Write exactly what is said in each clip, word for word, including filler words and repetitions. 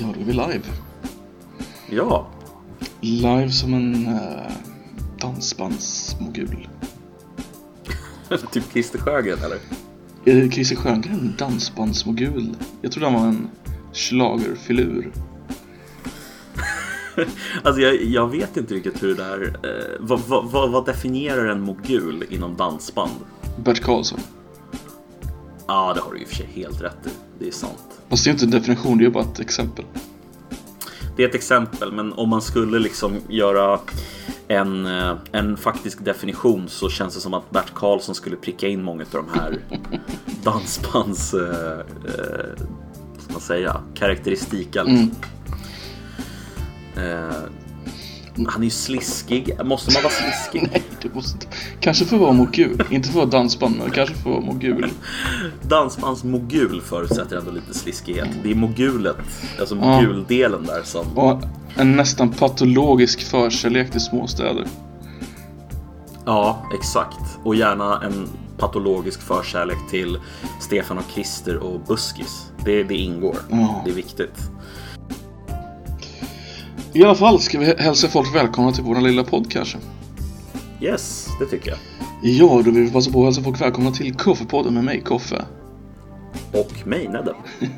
Ja, då är vi live. Ja. Live som en uh, dansbandsmogul. Typ Christer Sjögren, eller? Är det Christer Sjögren, dansbandsmogul? Jag tror det var en schlagerfilur. Alltså jag, jag vet inte riktigt hur det där eh, vad, vad, vad definierar en mogul inom dansband? Bert Karlsson. Ja, det har du ju för sig helt rätt i. Det är sant. Fast det är inte en definition, det är bara ett exempel. Det är ett exempel, men om man skulle liksom göra en, en faktisk definition så känns det som att Bert Karlsson skulle pricka in många av de här dansbands eh, eh, ska man säga, karaktäristika liksom. Mm. Eh, han är ju sliskig. Måste man vara sliskig? Nej, det måste inte. Kanske för att vara mogul. Inte för att vara dansband, men kanske för att vara mogul. Dansbandsmogul förutsätter ändå lite sliskighet. Det är mogulet, alltså moguldelen där som... Och en nästan patologisk förkärlek till småstäder. Ja, exakt. Och gärna en patologisk förkärlek till Stefan och Christer och Buskis. Det, det ingår. Ja. Det är viktigt. I alla fall ska vi hälsa folk välkomna till vår lilla podd kanske. Yes, det tycker jag. Ja, då vill vi passa på att hälsa folk välkomna till Koffepodden med mig, Koffe. Och mig, Nedden.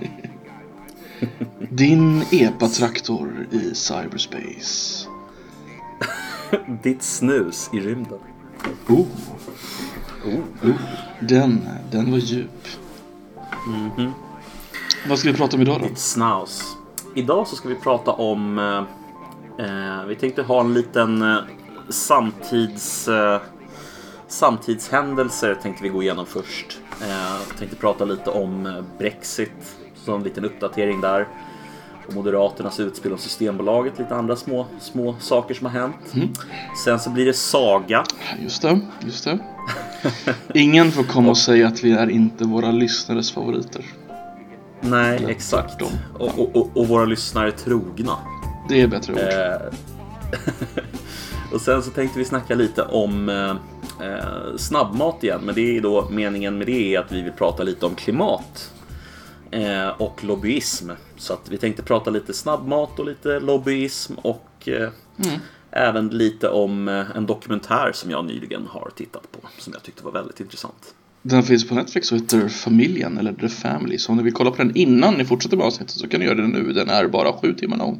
Din epatraktor i cyberspace. Ditt snus i rymden. Oh. Oh. Oh. Den, den var djup. Mm-hmm. Vad ska vi prata om idag då? Ditt snaus. Idag så ska vi prata om eh, vi tänkte ha en liten eh, samtids eh, samtidshändelser tänkte vi gå igenom först. Eh, tänkte prata lite om Brexit, så en liten uppdatering där, och Moderaternas utspel om Systembolaget, lite andra små små saker som har hänt. Mm. Sen så blir det saga. Just det, just det. Ingen får komma och säga att vi är inte våra lyssnares favoriter. Nej, eller exakt. Och, och, och, och våra lyssnare är trogna. Det är bättre ord. Eh, och sen så tänkte vi snacka lite om eh, snabbmat igen. Men det är då, meningen med det är att vi vill prata lite om klimat eh, och lobbyism. Så att vi tänkte prata lite snabbmat och lite lobbyism. Och eh, mm. även lite om eh, en dokumentär som jag nyligen har tittat på, som jag tyckte var väldigt intressant. Den finns på Netflix och heter Familjen, eller The Family. Så om ni vill kolla på den innan ni fortsätter med avsnittet så kan ni göra det nu. Den är bara sju timmar lång.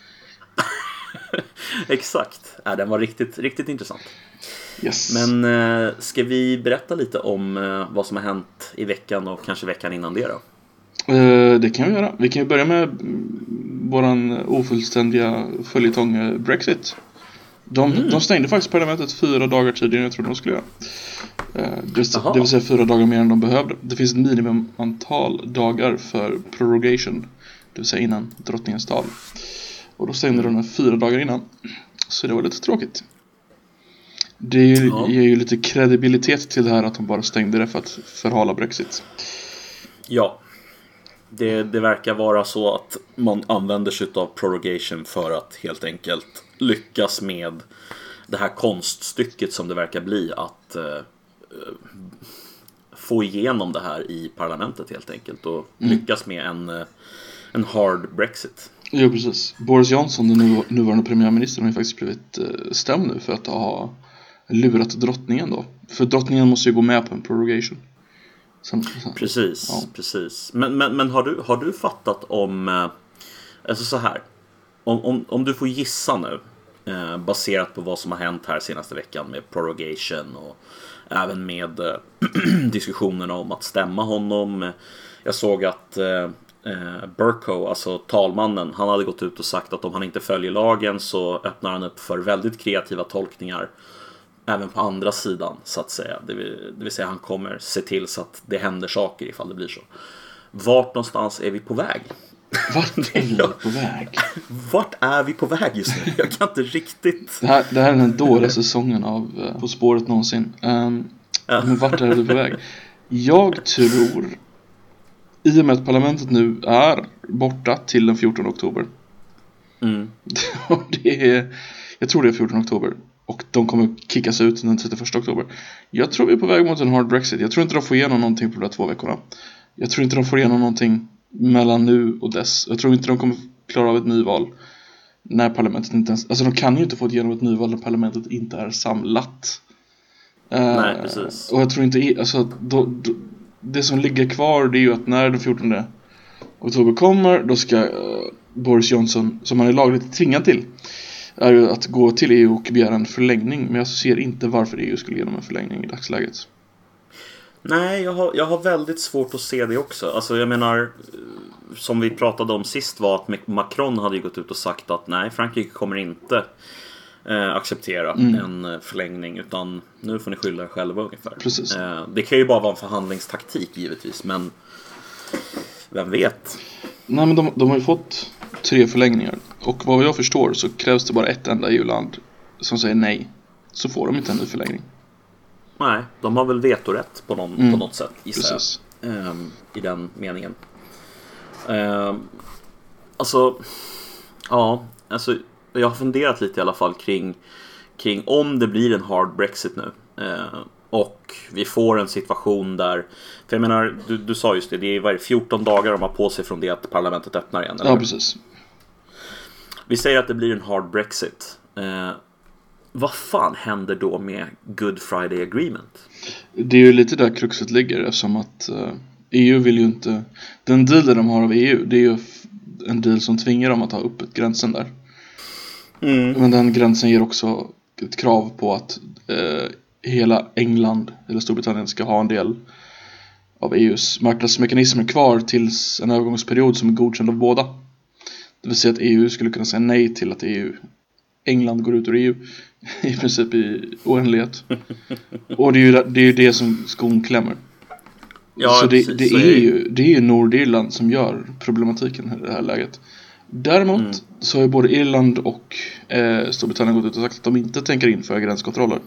Exakt. Ja, den var riktigt, riktigt intressant. Yes. Men eh, ska vi berätta lite om eh, vad som har hänt i veckan och kanske veckan innan det då? Eh, det kan vi göra. Vi kan ju börja med våran ofullständiga följetong eh, Brexit. De, mm. de stängde faktiskt parlamentet fyra dagar tidigare än jag trodde de skulle göra. Det, det vill säga fyra dagar mer än de behövde. Det finns ett minimumantal dagar för prorogation, det vill säga innan drottningens tal. Och då stängde de den fyra dagar innan. Så det var lite tråkigt. Det ja. ger ju lite kredibilitet till det här att de bara stängde det för att förhala Brexit. Ja. Det, det verkar vara så att man använder sig av prorogation för att helt enkelt lyckas med det här konststycket som det verkar bli att eh, få igenom det här i parlamentet helt enkelt och mm. lyckas med en, en hard Brexit. Ja, precis. Boris Johnson, den nuvarande premiärministern, har ju faktiskt blivit stämd nu för att ha lurat drottningen då. För drottningen måste ju gå med på en prorogation. Sen, sen. Precis, ja. precis. Men, men, men har, du, har du fattat om, alltså så här, om, om, om du får gissa nu, eh, baserat på vad som har hänt här senaste veckan med prorogation och även med eh, diskussionerna om att stämma honom. Jag såg att eh, Bercow, alltså talmannen, han hade gått ut och sagt att om han inte följer lagen så öppnar han upp för väldigt kreativa tolkningar även på andra sidan, så att säga. Det vill, det vill säga han kommer se till så att det händer saker ifall det blir så. Vart någonstans är vi på väg? Vart är vi på väg? Vart är vi på väg just nu? Jag kan inte riktigt... Det här, det här är den dåliga säsongen av uh, På spåret någonsin. Um, ja. Men vart är vi på väg? Jag tror, i och med att parlamentet nu är borta till den fjortonde oktober. Mm. det är, jag tror det är fjortonde oktober. Och de kommer kickas ut den trettioförsta oktober. Jag tror vi är på väg mot en hard Brexit. Jag tror inte de får igenom någonting på de där två veckorna. Jag tror inte de får igenom någonting mellan nu och dess. Jag tror inte de kommer klara av ett nyval när parlamentet inte ens, alltså de kan ju inte få igenom ett nyval när parlamentet inte är samlat. Nej, uh, precis. Och jag tror inte, alltså då, då, det som ligger kvar, det är ju att när den fjortonde oktober kommer, då ska uh, Boris Johnson, som han är lagligt tvingad till, är ju att gå till E U och begära en förlängning. Men jag ser inte varför E U skulle ge dem en förlängning i dagsläget. Nej, jag har, jag har väldigt svårt att se det också. Alltså jag menar, som vi pratade om sist var att Macron hade ju gått ut och sagt att nej, Frankrike kommer inte eh, acceptera mm. en förlängning, utan nu får ni skylla er själva ungefär. Precis. Eh, det kan ju bara vara en förhandlingstaktik givetvis, men vem vet? Nej, men de, de har ju fått tre förlängningar. Och vad jag förstår så krävs det bara ett enda E U-land som säger nej. Så får de inte en ny förlängning. Nej, de har väl vetorätt på, någon, mm. på något sätt gissar jag, um, i den meningen. Um, alltså, ja, alltså jag har funderat lite i alla fall kring, kring om det blir en hard Brexit nu. Uh, och vi får en situation där, för jag menar, du, du sa just det, det är varje fjorton dagar de har på sig från det att parlamentet öppnar igen. Eller? Ja, precis. Vi säger att det blir en hard Brexit. Uh, Vad fan händer då med Good Friday Agreement? Det är ju lite där kruxet ligger, eftersom att uh, E U vill ju inte... Den dealen de har av E U, det är ju en deal som tvingar dem att ha upp ett gränsen där. Mm. Men den gränsen ger också ett krav på att uh, hela England eller Storbritannien ska ha en del av E U:s marknadsmekanismer kvar tills en övergångsperiod som är godkänd av båda. Det vill säga att E U skulle kunna säga nej till att E U... England går ut ur E U i princip i oändlighet. Och det är ju det, är ju det som skon klämmer. Ja, så det, precis, det, så är, är ju, det är ju Nordirland som gör problematiken i det här läget. Däremot mm. så har både Irland och eh, Storbritannien gått ut och sagt att de inte tänker införa gränskontroller.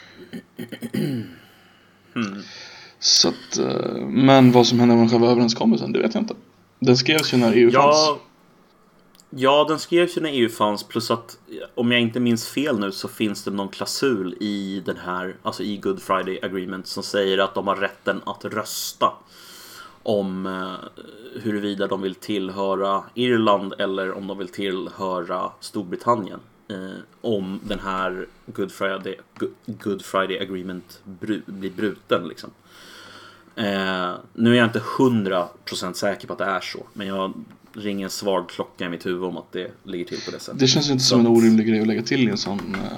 Mm. Så att, eh, men vad som händer med själva överenskommelsen, det vet jag inte. Den skrevs ju när E U ja. fanns. Ja, den skrevs ju när E U fanns, plus att om jag inte minns fel nu så finns det någon klausul i den här, alltså i Good Friday Agreement, som säger att de har rätten att rösta om eh, huruvida de vill tillhöra Irland eller om de vill tillhöra Storbritannien, eh, om den här Good Friday, Good Friday Agreement bru, blir bruten liksom. Eh, nu är jag inte hundra procent säker på att det är så, men jag ringer en svag klocka i mitt huvud om att det ligger till på det sättet. Det känns inte som en orimlig grej att lägga till i en sån... Uh,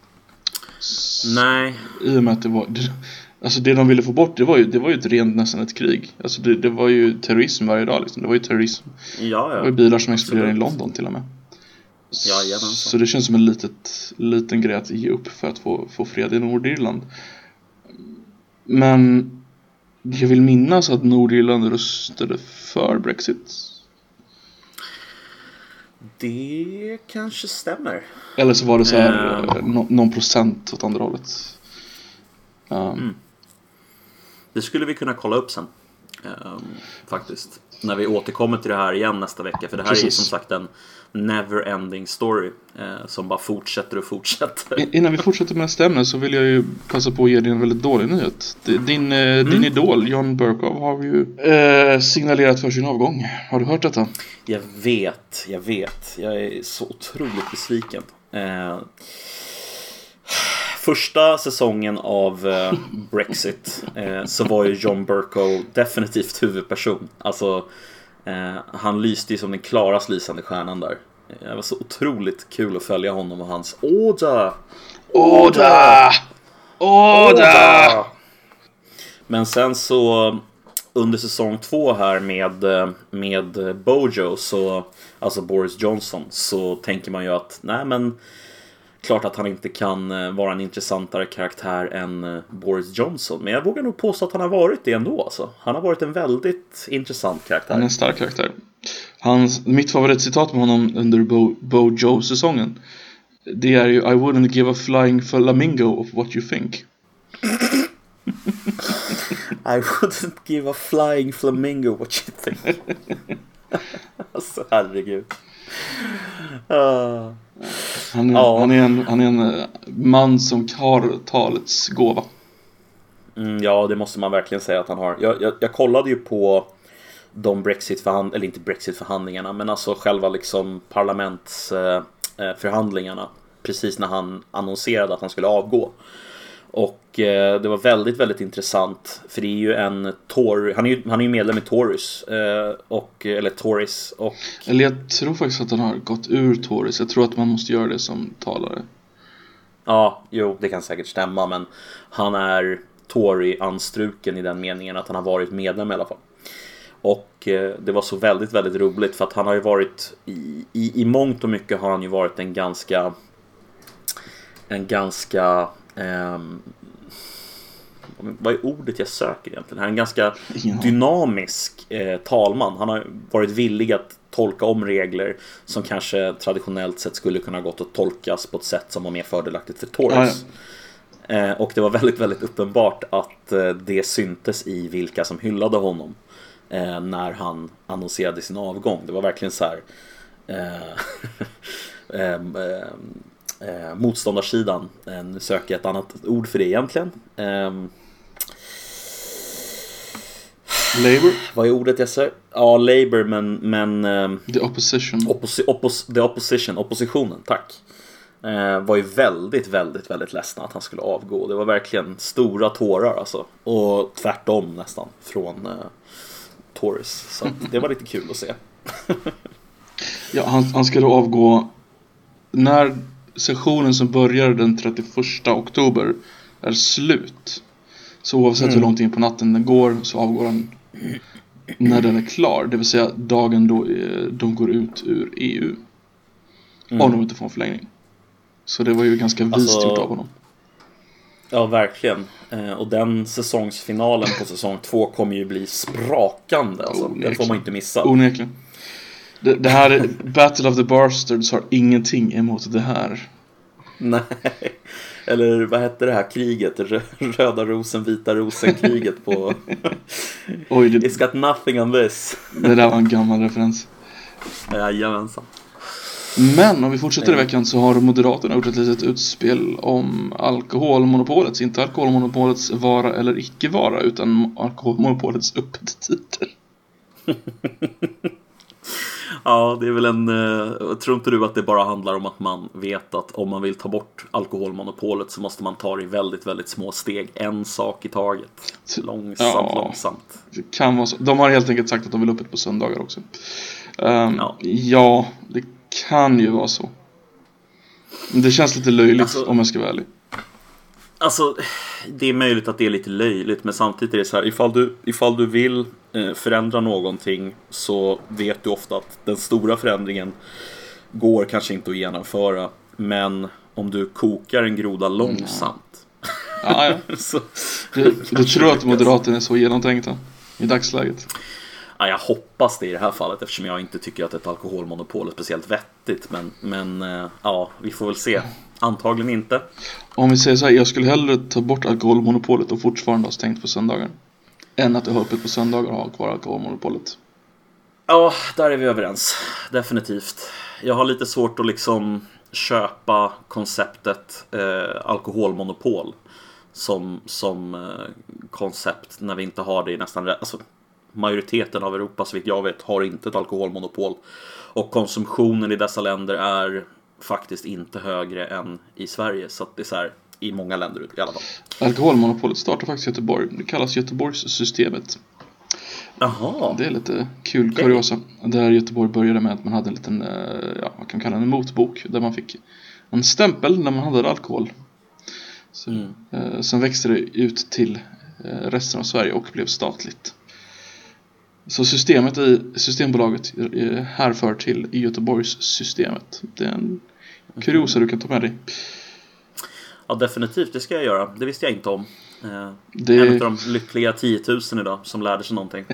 Nej. I och med att det var... Det, alltså det de ville få bort, det var ju, det var ju ett rent nästan ett krig. Alltså det, det var ju terrorism varje dag liksom. Det var ju terrorism. Ja, ja. Det var ju bilar som exploderade i London till och med. Ja, så det känns som en litet, liten grej att ge upp för att få, få fred i Nordirland. Men jag vill minnas att Nordirland röstade för Brexit. Det kanske stämmer. Eller så var det så här um, no, någon procent åt andra hållet. Um. Mm. Det skulle vi kunna kolla upp sen. Um, faktiskt. När vi återkommer till det här igen nästa vecka. För det här Precis. är ju som sagt en never ending story. Uh, som bara fortsätter och fortsätter. I, innan vi fortsätter med stämmen så vill jag ju passa på att ge dig en väldigt dålig nyhet. Din, mm. din idol John Bercow har ju uh, signalerat för sin avgång. Har du hört detta? Jag vet, jag vet. Jag är så otroligt besviken. Uh, Första säsongen av uh, Brexit uh, så var ju John Bercow definitivt huvudperson. Alltså uh, han lyste ju som den klarast lysande stjärnan där. Det uh, var så otroligt kul att följa honom och hans Oda! Oda! Oda! Men sen så under säsong två här med, med Bojo, så, alltså Boris Johnson, så tänker man ju att nej men klart att han inte kan vara en intressantare karaktär än Boris Johnson. Men jag vågar nog påstå att han har varit det ändå. Alltså. Han har varit en väldigt intressant karaktär. Han är en stark karaktär. Hans, mitt favoritcitat med honom under Bo, Bojo-säsongen, det är ju I wouldn't give a flying flamingo of what you think. I wouldn't give a flying flamingo what you think. Alltså herregud. Uh. Han är, ja. han, är en, han är en man som har talets gåva. Mm, ja, det måste man verkligen säga att han har. Jag, jag, jag kollade ju på de Brexit-förhandlingarna, eller inte Brexit-förhandlingarna, men alltså själva liksom parlamentsförhandlingarna, precis när han annonserade att han skulle avgå. Och eh, det var väldigt, väldigt intressant, för det är ju en Tory, han är ju, han är ju medlem i Tories, eh, och, eller Tories och... Eller jag tror faktiskt att han har gått ur Tories. Jag tror att man måste göra det som talare. Ja, jo, det kan säkert stämma, men han är Tory-anstruken i den meningen att han har varit medlem i alla fall. Och eh, det var så väldigt, väldigt roligt, för att han har ju varit i, i, i mångt och mycket har han ju varit en ganska en ganska ehm, vad är ordet jag söker egentligen? Han är en ganska dynamisk eh, talman. Han har varit villig att tolka om regler som kanske traditionellt sett skulle kunna gått att tolkas på ett sätt som var mer fördelaktigt för Tories. Ja, ja. Eh, och det var väldigt, väldigt uppenbart att eh, det syntes i vilka som hyllade honom eh, när han annonserade sin avgång. Det var verkligen så här eh, eh, eh, eh, motståndarsidan. Eh, nu söker jag ett annat ord för det egentligen. Eh, Labour? Vad är ordet jag säger? Ja, Labour, men... men The opposition. Opposi- oppos- the opposition, oppositionen, tack. Eh, var ju väldigt, väldigt, väldigt ledsna att han skulle avgå. Det var verkligen stora tårar alltså. Och tvärtom nästan från eh, Tories. Så det var lite kul att se. Ja, han, han skulle avgå när sessionen som börjar den trettioförsta oktober är slut. Så oavsett mm. hur långt in på natten den går så avgår han när den är klar. Det vill säga dagen då de går ut ur E U. Mm. Om de inte får en förlängning. Så det var ju ganska vist alltså, gjort av honom. Ja, verkligen. Eh, och den säsongsfinalen på säsong två kommer ju bli sprakande. Alltså. Det får man inte missa. Onekligen. Det, det här Battle of the Bastards har ingenting emot det här. Nej. Eller vad hette det här kriget? Röda rosen, vita rosen kriget på... Oj, det... It's got nothing on this. Det där var en gammal referens. Jajamensan. Men om vi fortsätter i veckan så har Moderaterna gjort ett litet utspel om alkoholmonopolets, inte alkoholmonopolets vara eller icke vara, utan alkoholmonopolets öppettider. Ja, det är väl en... Uh, tror inte du att det bara handlar om att man vet att om man vill ta bort alkoholmonopolet så måste man ta det i väldigt, väldigt små steg. En sak i taget. Långsamt, ja, långsamt. Det kan vara så. De har helt enkelt sagt att de vill öppet på söndagar också. Um, ja. ja, det kan ju vara så. Men det känns lite löjligt alltså, om jag ska vara ärlig. Alltså, det är möjligt att det är lite löjligt, men samtidigt är det så här, ifall du, ifall du vill eh, förändra någonting så vet du ofta att den stora förändringen går kanske inte att genomföra, men om du kokar en groda långsamt. Ja, ja. så, du, du tror att Moderaterna är så genomtänkta i dagsläget? Ja, jag hoppas det i det här fallet, eftersom jag inte tycker att ett alkoholmonopol är speciellt vettigt, men, men eh, ja, vi får väl se. Antagligen inte. Om vi säger så här, jag skulle hellre ta bort alkoholmonopolet och fortfarande ha stängt på söndagar än att det har öppet på söndagar och ha kvar alkoholmonopolet. Ja, där är vi överens. Definitivt. Jag har lite svårt att liksom köpa konceptet eh, alkoholmonopol som, som eh, koncept när vi inte har det i nästan... Alltså, majoriteten av Europa, så vitt jag vet, har inte ett alkoholmonopol. Och konsumtionen i dessa länder är faktiskt inte högre än i Sverige. Så att det är så här i många länder i alla fall. Alkoholmonopolet startar faktiskt i Göteborg. Det kallas Göteborgssystemet. Jaha. Det är lite kul okay. kuriosa. Där Göteborg började med att man hade en liten, ja, man kan kalla det en motbok. Där man fick en stämpel när man hade alkohol. Så, mm. eh, sen växte det ut till eh, resten av Sverige och blev statligt. Så systemet i Systembolaget härför till Göteborgssystemet. Det är en kuriosa du kan ta med dig. Ja, definitivt, det ska jag göra. Det visste jag inte om. Eh, det... En av de lyckliga tiotusen idag som lärde sig någonting.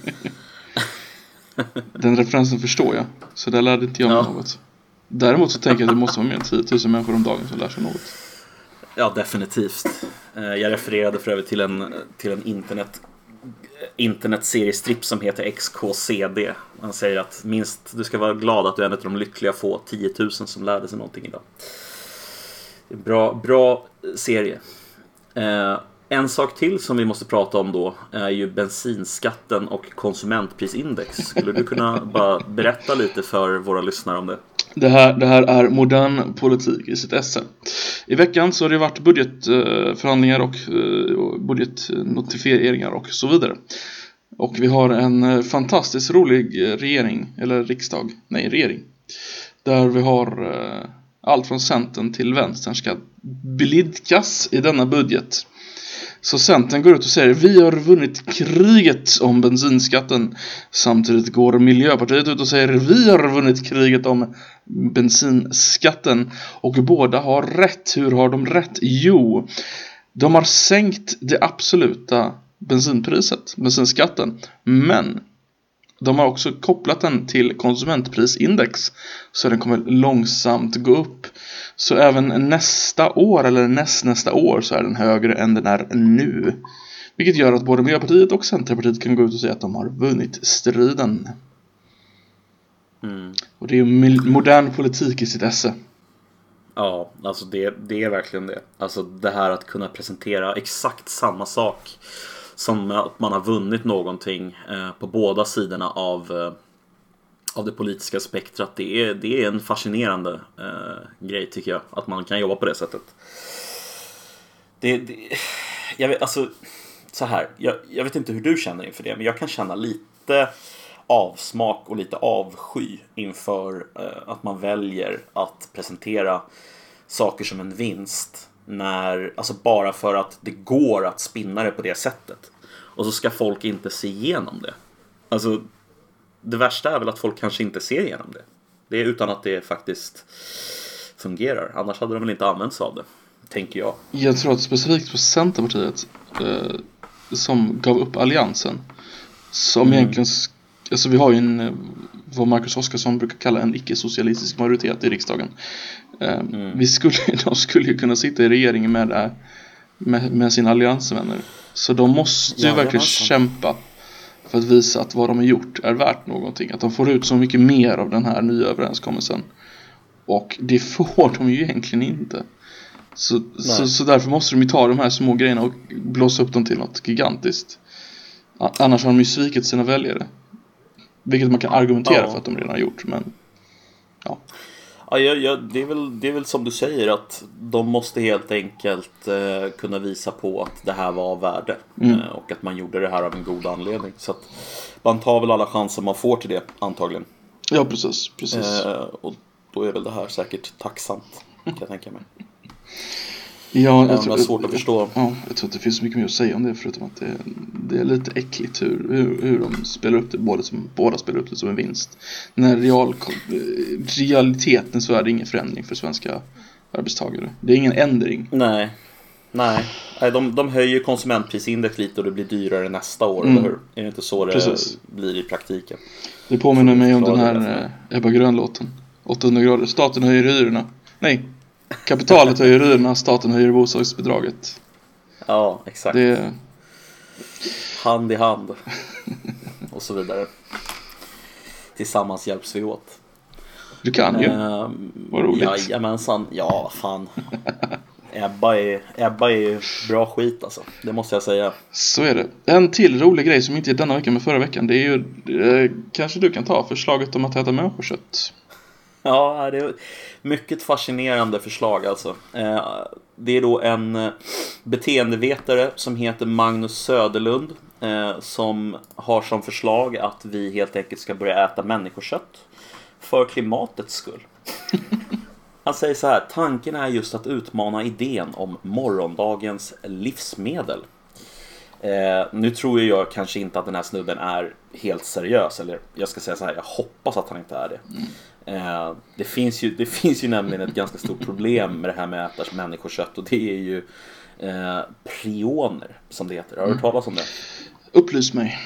Den referensen förstår jag. Så där lärde inte jag mig ja. något. Däremot så tänker jag att det måste vara mer än tiotusen människor om dagen som lär sig något. Ja, definitivt. Eh, jag refererade för övrigt till en, till en internet internetseriestripp som heter X K C D. Han säger att minst du ska vara glad att du är en av de lyckliga få tiotusen som lärde sig någonting idag. Det är en bra, bra serie. Eh, En sak till som vi måste prata om då är ju bensinskatten och konsumentprisindex. Skulle du kunna bara berätta lite för våra lyssnare om det? Det här, det här är modern politik i sitt esse. I veckan så har det varit budgetförhandlingar och budgetnotifieringar och så vidare. Och vi har en fantastiskt rolig regering, eller riksdag, nej regering. Där vi har allt från Centern till Vänstern ska blidkas i denna budget. Så Centern går ut och säger: vi har vunnit kriget om bensinskatten. Samtidigt går Miljöpartiet ut och säger: vi har vunnit kriget om bensinskatten. Och båda har rätt. Hur har de rätt? Jo, de har sänkt det absoluta bensinpriset, bensinskatten. Men de har också kopplat den till konsumentprisindex, så den kommer långsamt gå upp. Så även nästa år eller näst nästa år så är den högre än den är nu. Vilket gör att både Miljöpartiet och Centerpartiet kan gå ut och säga att de har vunnit striden. Mm. Och det är ju modern politik i sitt esse. Ja, alltså det, det är verkligen det. Alltså det här att kunna presentera exakt samma sak som att man har vunnit någonting eh, på båda sidorna av, eh, av det politiska spektrat. Det är, det är en fascinerande eh, grej tycker jag, att man kan jobba på det sättet. Det, det, jag vet, alltså, så här, jag, jag vet inte hur du känner inför det, men jag kan känna lite avsmak och lite avsky inför eh, att man väljer att presentera saker som en vinst. När, alltså bara för att det går att spinna det på det sättet. Och så ska folk inte se igenom det. Alltså, det värsta är väl att folk kanske inte ser igenom det. Det är utan att det faktiskt fungerar. Annars hade de väl inte använt sig av det, tänker jag. Jag tror att specifikt på Centerpartiet eh, som gav upp alliansen. Som mm. egentligen, alltså vi har ju en, vad Marcus Oskarsson brukar kalla en icke-socialistisk majoritet i riksdagen. Mm. Vi skulle, de skulle ju kunna sitta i regeringen med, med, med sina alliansvänner. Så de måste ju ja, verkligen kämpa för att visa att vad de har gjort är värt någonting. Att de får ut så mycket mer av den här nya överenskommelsen. Och det får de ju egentligen inte. Så, så, så därför måste de ju ta de här små grejerna och blåsa upp dem till något gigantiskt. Annars har de ju svikit sina väljare. Vilket man kan argumentera ja. för att de redan har gjort. Men ja. Ja, ja, ja, det, är väl, det är väl som du säger att de måste helt enkelt eh, kunna visa på att det här var av värde mm. eh, och att man gjorde det här av en god anledning. Så att man tar väl alla chanser man får till det antagligen. Ja, precis. precis. Eh, och då är väl det här säkert tacksamt, kan jag tänka mig. Ja, jag jag tror, det är svårt att förstå. Ja, jag tror att det finns så mycket mer att säga om det, förutom att det, det är lite äckligt hur, hur, hur de spelar upp det, båda, som, båda spelar upp det som en vinst. När real, realiteten så är det ingen förändring för svenska arbetstagare. Det är ingen ändring. Nej, nej. De, de höjer konsumentprisindex lite och det blir dyrare nästa år, mm. eller hur? Är det inte så det Precis. blir i praktiken? Det påminner mig om den här Ebba Grön-låten. åttahundra grader. Staten höjer hyrorna. Nej. Kapitalet höjer hyrorna, staten höjer bostadsbidraget. Ja, exakt. Det... Hand i hand. Och så vidare. Tillsammans hjälps vi åt. Du kan ju. Uh, Vad roligt. Jajamensan. Ja, fan. Ebba är, Ebba är bra skit alltså. Det måste jag säga. Så är det. En till rolig grej som inte är denna veckan men förra veckan. Det är ju, eh, kanske du kan ta förslaget om att äta människokött. Ja, det är mycket fascinerande förslag alltså. Det är då en beteendevetare som heter Magnus Söderlund som har som förslag att vi helt enkelt ska börja äta människokött för klimatets skull. Han säger så här: tanken är just att utmana idén om morgondagens livsmedel. Eh, nu tror jag kanske inte att den här snubben är helt seriös, eller jag ska säga så här, jag hoppas att han inte är det. Mm. Eh, det, finns ju, det finns ju nämligen ett ganska stort problem med det här med att äta människokött, och det är ju eh, prioner som det heter. Har du hört talas om det? Upplys mig.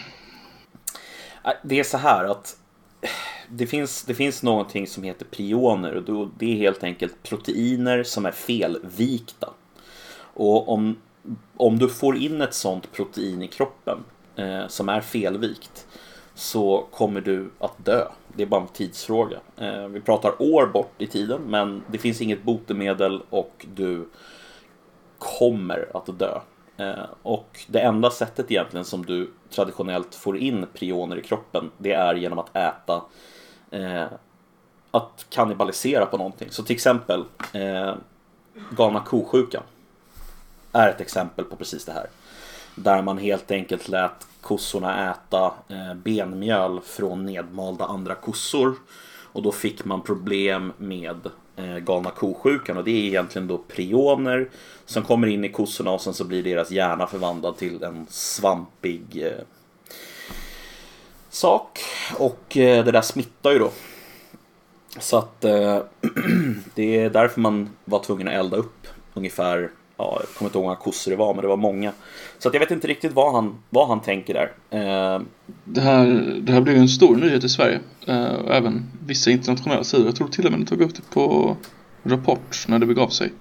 Det är så här att det finns, det finns någonting som heter prioner, och då, det är helt enkelt proteiner som är felvikta. Och om Om du får in ett sånt protein i kroppen eh, som är felvikt, så kommer du att dö. Det är bara en tidsfråga. Eh, vi pratar år bort i tiden, men det finns inget botemedel och du kommer att dö. Eh, och det enda sättet egentligen som du traditionellt får in prioner i kroppen, det är genom att äta, eh, att kannibalisera på någonting. Så till exempel eh, galna kosjukan är ett exempel på precis det här. Där man helt enkelt lät kossorna äta eh, benmjöl från nedmalda andra kossor. Och då fick man problem med eh, galna kosjukan. Och det är egentligen då prioner som kommer in i kossorna. Och sen så blir deras hjärna förvandlad till en svampig eh, sak. Och eh, det där smittar ju då. Så att eh, det är därför man var tvungen att elda upp ungefär, ja, jag kommer inte ihåg hur många kossor det var, men det var många. Så att jag vet inte riktigt vad han, vad han tänker där. Eh, Det här, det här blev ju en stor nyhet i Sverige. Eh, och även vissa internationella sidor. Jag tror till och med de tog upp det på Rapport när det begav sig.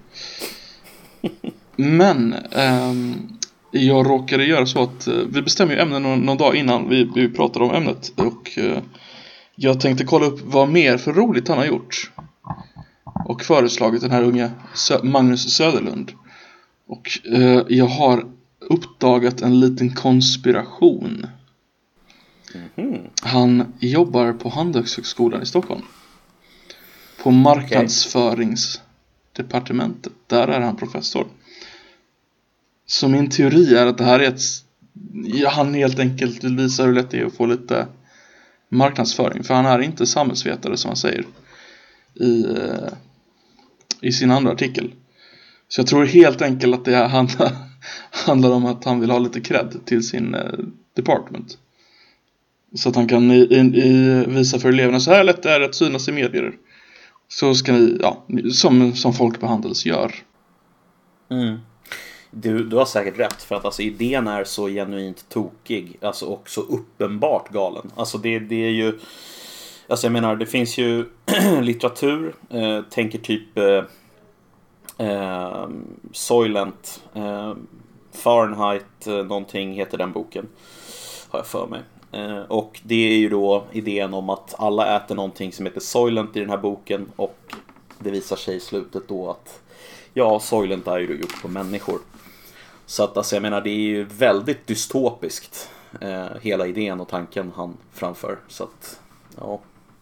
Men ehm, jag råkade göra så att eh, vi bestämde ju ämnen någon, någon dag innan vi, vi pratade om ämnet. Och eh, jag tänkte kolla upp vad mer för roligt han har gjort. Och föreslagit den här unga Sö- Magnus Söderlund. Och eh, jag har uppdagat en liten konspiration. mm-hmm. Han jobbar på Handelshögskolan i Stockholm. På marknadsföringsdepartementet. Där är han professor. Så min teori är att det här är ett... Ja, han helt enkelt vill visa hur lätt det är att få lite marknadsföring. För han är inte samhällsvetare som han säger i, i sin andra artikel. Så jag tror helt enkelt att det handlar, handlar om att han vill ha lite cred till sin eh, department. Så att han kan i, i, i visa för eleverna så här lätt är det att synas i medier. Så ska ni, ja, som, som folk på Handels gör. Mm. Du, du har säkert rätt, för att alltså, idén är så genuint tokig, alltså, och så uppenbart galen. Alltså det, det är ju, alltså jag menar, det finns ju litteratur, eh, tänker typ eh, eh, Soylent, eh, Fahrenheit, eh, någonting heter den boken, har jag för mig. Eh, och det är ju då idén om att alla äter någonting som heter Soylent i den här boken, och det visar sig i slutet då att ja, Soylent är ju gjort på människor. Så att alltså, jag menar, det är ju väldigt dystopiskt, eh, hela idén och tanken han framför. Så att, ja,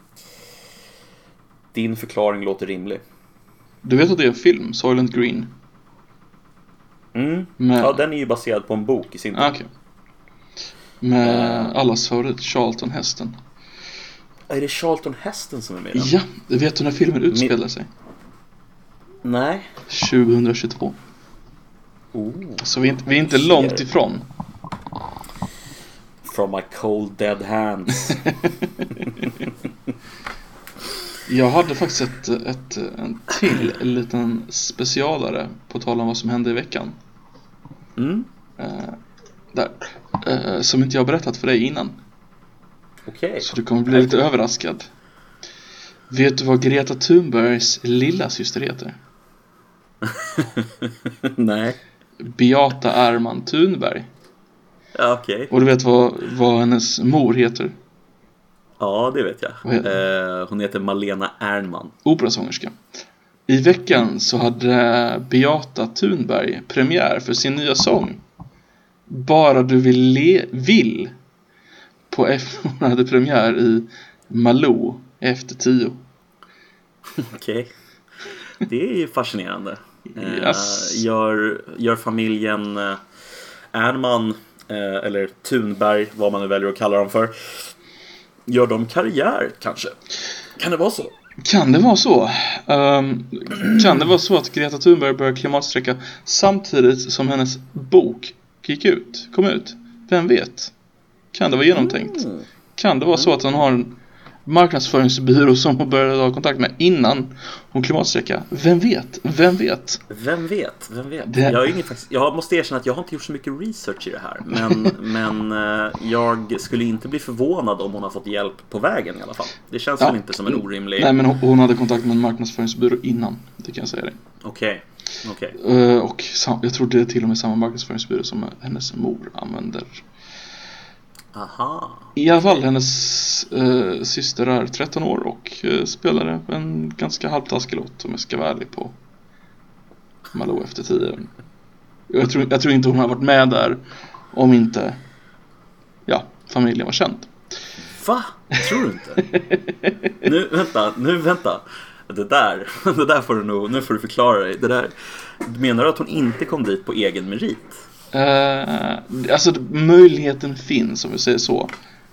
din förklaring låter rimlig. Du vet att det är en film, Soylent Green? Mm. Med... Ja, den är ju baserad på en bok i sin ah, okay. Med uh... allas favorit, Charlton Heston. Är det Charlton Heston som är med? Ja, du vet du när filmen utspelar Min... sig? Nej. tjugohundratjugotvå. Oh, så vi är inte, vi är inte långt ifrån. From my cold dead hands. Jag hade faktiskt ett, ett, en till en liten specialare på tal om vad som hände i veckan. Mm. Uh, där. Uh, som inte jag har berättat för dig innan. Okej. Okay. Så du kommer bli lite överraskad. Vet du vad Greta Thunbergs lilla syster heter? Nej. Beata Ärman Thunberg. Ja, okej. Okay. Och du vet vad, vad hennes mor heter? Ja, det vet jag. Eh, hon heter Malena Ernman. Operasångerska. I veckan så hade Beata Thunberg premiär för sin nya sång Bara du vill le- vill på F. Hon hade premiär i Malou efter tio. Okej. Okay. Det är ju fascinerande. Yes. Eh, gör, gör familjen eh, Ernman eh, eller Thunberg, vad man nu väljer att kalla dem för, gör de karriär kanske? Kan det vara så? Kan det vara så? Um, kan det vara så att Greta Thunberg börjar klimatsträcka samtidigt som hennes bok gick ut, kom ut? Vem vet? Kan det vara genomtänkt? Mm. Kan det vara så att hon har en marknadsföringsbyrå som hon började ha kontakt med innan hon klimatsträckade? Vem vet? Vem vet? Vem vet? Vem vet? Det... Jag, har ingen, jag måste erkänna att jag har inte gjort så mycket research i det här. Men, men jag skulle inte bli förvånad om hon har fått hjälp på vägen i alla fall. Det känns ja. väl inte som en orimlig... Nej, men hon hade kontakt med en marknadsföringsbyrå innan. Det kan jag säga dig. Okej. Okay. Okay. Uh, och sam- jag tror det är till och med samma marknadsföringsbyrå som hennes mor använder. Aha. I alla fall, hennes eh, syster är tretton år och eh, spelade en ganska halvtaskig låt, om jag ska vara ärlig, på Malou efter tio. Jag tror, jag tror inte hon har varit med där om inte ja, familjen var känd. Va? Tror du inte? Nu, vänta, nu vänta. Det där, det där får du nog, nu får du förklara dig. Det där, menar du att hon inte kom dit på egen merit? Uh, alltså möjligheten finns, om vi säger så.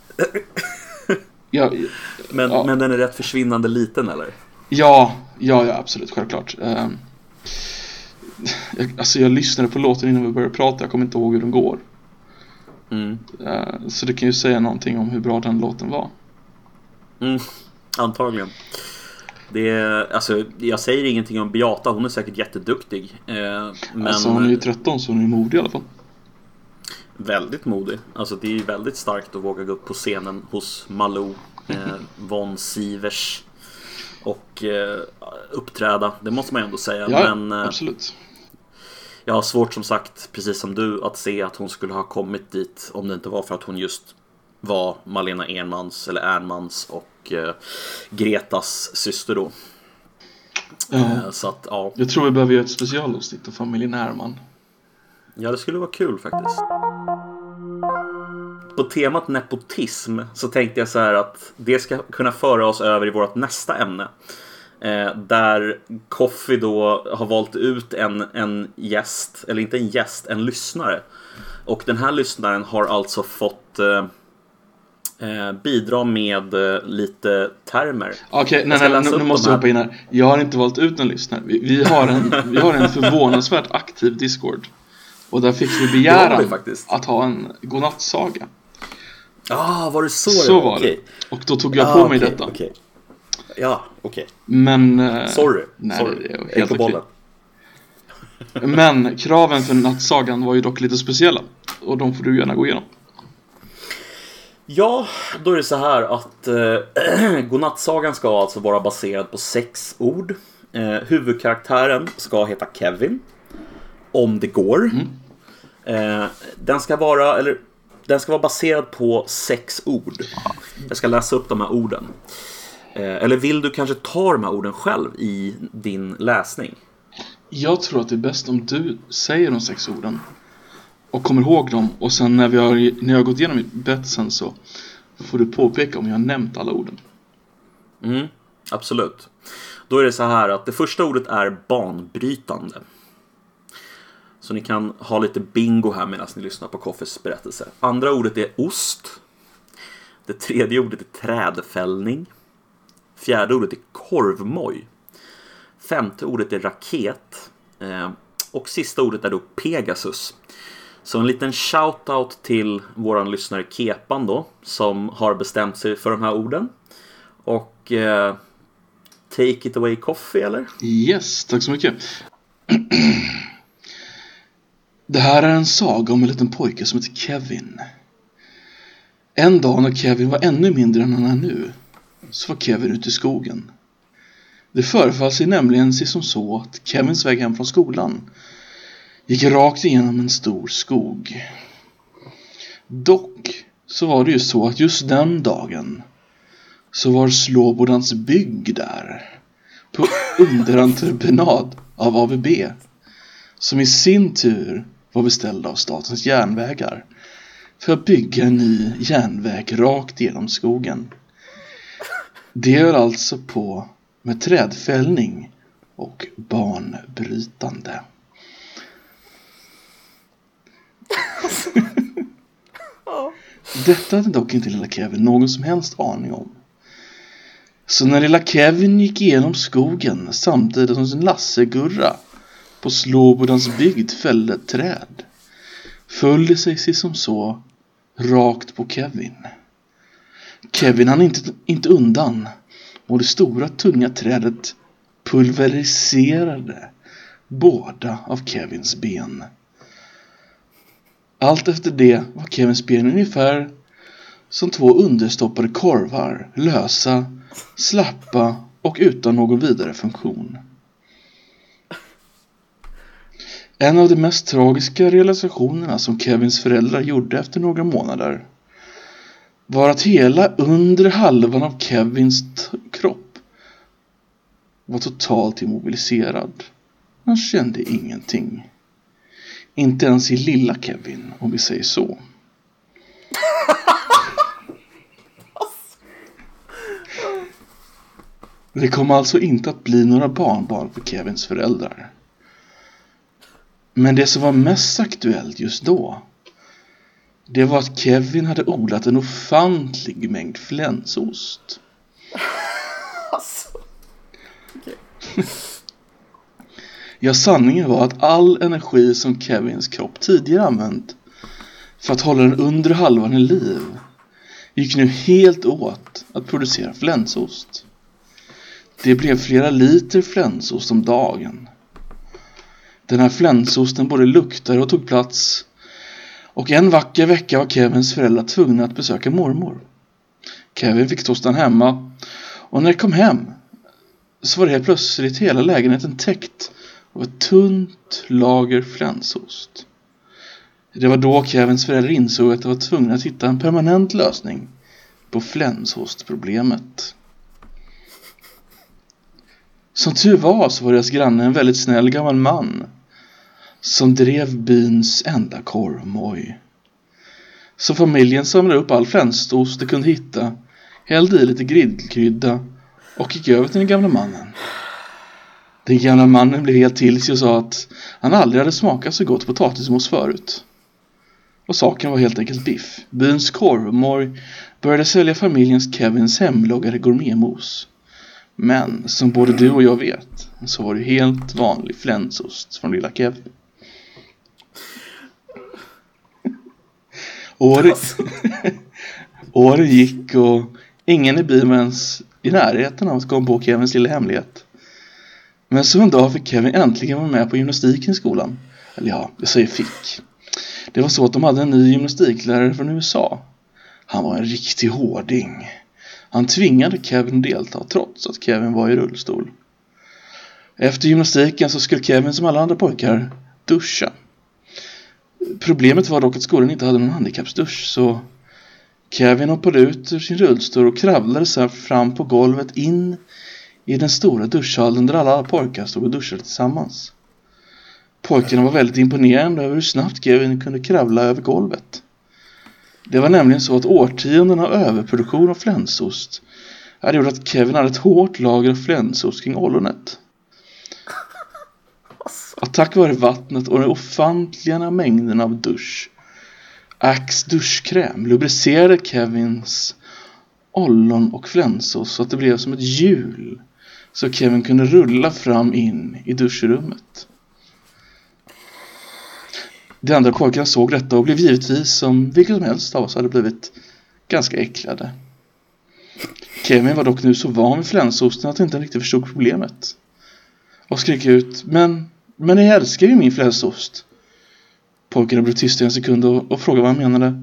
Ja, men, ja. men den är rätt försvinnande liten, eller? Ja, ja, ja absolut, självklart. Uh, jag, alltså jag lyssnade på låten innan vi började prata. Jag kommer inte ihåg hur den går. Mm. Uh, så det kan ju säga någonting om hur bra den låten var. Mm, antagligen. Det är, alltså, jag säger ingenting om Beata. Hon är säkert jätteduktig. Eh, men alltså hon är ju tretton, så hon är modig i alla fall. Väldigt modig. Alltså det är ju väldigt starkt att våga gå upp på scenen hos Malou, eh, Von Sivers och eh, uppträda. Det måste man ju ändå säga. Ja, men, eh, absolut. Jag har svårt, som sagt, precis som du, att se att hon skulle ha kommit dit om det inte var för att hon just var Malena Ernmans eller Ernmans och eh, Gretas syster då. Ja. Eh, så att, ja. Jag tror vi behöver göra ett specialavsnitt av familjen Ernman. Ja, det skulle vara kul faktiskt. På temat nepotism så tänkte jag så här att det ska kunna föra oss över i vårt nästa ämne. Eh, där Coffee då har valt ut en, en gäst, eller inte en gäst, en lyssnare. Och den här lyssnaren har alltså fått eh, eh, bidra med eh, lite termer. Okej, nej, nej, nu, nu måste jag hoppa in här. Jag har inte valt ut en lyssnare. Vi, vi, har, en, vi har en förvånansvärt aktiv Discord. Och där fick vi begäran vi att ha en godnattsaga. Ah, var det så? Så var okay. det. Och då tog jag ah, på mig okay, detta. Okay. Ja, okej. Okay. Men... Eh, Sorry. Nej, Sorry. det är helt okej. Men kraven för nattsagan var ju dock lite speciella. Och de får du gärna gå igenom. Ja, då är det så här att eh, godnattsagan ska alltså vara baserad på sex ord. Eh, huvudkaraktären ska heta Kevin. Om det går. Mm. Eh, den ska vara, eller den ska vara baserad på sex ord. Jag ska läsa upp de här orden. Eh, eller vill du kanske ta de här orden själv i din läsning? Jag tror att det är bäst om du säger de sex orden och kommer ihåg dem. Och sen när, vi har, när jag har gått igenom betsen så får du påpeka om jag har nämnt alla orden. Mm, absolut. Då är det så här att det första ordet är banbrytande. Så ni kan ha lite bingo här medan ni lyssnar på Koffes berättelse. Andra ordet är ost. Det tredje ordet är trädfällning. Fjärde ordet är korvmoj. Femte ordet är raket. Och sista ordet är då Pegasus. Så en liten shoutout till våran lyssnare Kepan då, som har bestämt sig för de här orden. Och eh, take it away Coffee, eller? Yes, tack så mycket. Det här är en saga om en liten pojke som heter Kevin. En dag när Kevin var ännu mindre än han är nu, så var Kevin ute i skogen. Det förefall sig nämligen sig som så att Kevins väg hem från skolan gick rakt igenom en stor skog. Dock så var det ju så att just den dagen så var Slåbodans bygg där på underentreprenad av A V B, som i sin tur var beställda av Statens järnvägar för att bygga en ny järnväg rakt genom skogen. Det är alltså på med trädfällning och banbrytande. Detta hade dock inte lilla Kevin någon som helst aning om. Så när lilla Kevin gick igenom skogen samtidigt som sin Lasse-Gurra på Slåbodans bygd fällde ett träd, föll det sig som så rakt på Kevin. Kevin hann inte, inte undan, och det stora tunga trädet pulveriserade båda av Kevins ben. Allt efter det var Kevins ben ungefär som två understoppade korvar, lösa, slappa och utan någon vidare funktion. En av de mest tragiska realisationerna som Kevins föräldrar gjorde efter några månader var att hela undre halvan av Kevins t- kropp var totalt immobiliserad. Han kände ingenting. Inte ens i lilla Kevin, om vi säger så. Det kommer alltså inte att bli några barnbarn för Kevins föräldrar. Men det som var mest aktuellt just då, det var att Kevin hade odlat en ofantlig mängd flänsost. Alltså. Okay. Ja, sanningen var att all energi som Kevins kropp tidigare använt för att hålla den under halvan i liv gick nu helt åt att producera flänsost. Det blev flera liter flänsost om dagen. Den här flänsosten både luktade och tog plats. Och en vacker vecka var Kevins föräldrar tvungna att besöka mormor. Kevin fick tostan hemma. Och när det kom hem så var det helt plötsligt hela lägenheten täckt av ett tunt lager flänsost. Det var då Kevins föräldrar insåg att de var tvungna att hitta en permanent lösning på flänsostproblemet. Som tur var så var deras granne en väldigt snäll gammal man som drev byns enda korvmoj. Så familjen samlade upp all flänsost de kunde hitta, hällde i lite grillkrydda och gick över till den gamla mannen. Den gamla mannen blev helt till sig och sa att han aldrig hade smakat så gott potatismos förut. Och saken var helt enkelt biff. Byns korvmoj började sälja familjens Kevins hemlagade gourmetmos. Men som både du och jag vet så var det helt vanlig flänsost från lilla Kevin. Åren, Åren gick och ingen i byn ens i närheten av att komma på Kevins lilla hemlighet. Men så en dag fick Kevin äntligen vara med på gymnastiken i skolan. Eller ja, jag säger fick. Det var så att de hade en ny gymnastiklärare från U S A. Han var en riktig hårding. Han tvingade Kevin delta trots att Kevin var i rullstol. Efter gymnastiken så skulle Kevin som alla andra pojkar duscha. Problemet var dock att skolan inte hade någon handikappsdusch, så Kevin hoppade ut ur sin rullstol och kravlade sig fram på golvet in i den stora duschhallen där alla pojkar stod och duschade tillsammans. Pojkarna var väldigt imponerade över hur snabbt Kevin kunde kravla över golvet. Det var nämligen så att årtionden av överproduktion av flänsost hade gjort att Kevin hade ett hårt lager av flänsost kring ollonet. Och tack vare vattnet och den ofantliga mängden av dusch, Axe duschkräm, lubricerade Kevins ollon och flänsost så att det blev som ett hjul, så Kevin kunde rulla fram in i duschrummet. De andra pojkarna såg detta och blev givetvis, som vilket som helst av oss hade blivit, ganska äcklade. Kevin var dock nu så van vid flänsosten att han inte riktigt förstod problemet. Och skrek ut, men, men jag älskar ju min flänsost. Pojkarna blev tysta en sekund och, och frågade vad han menade.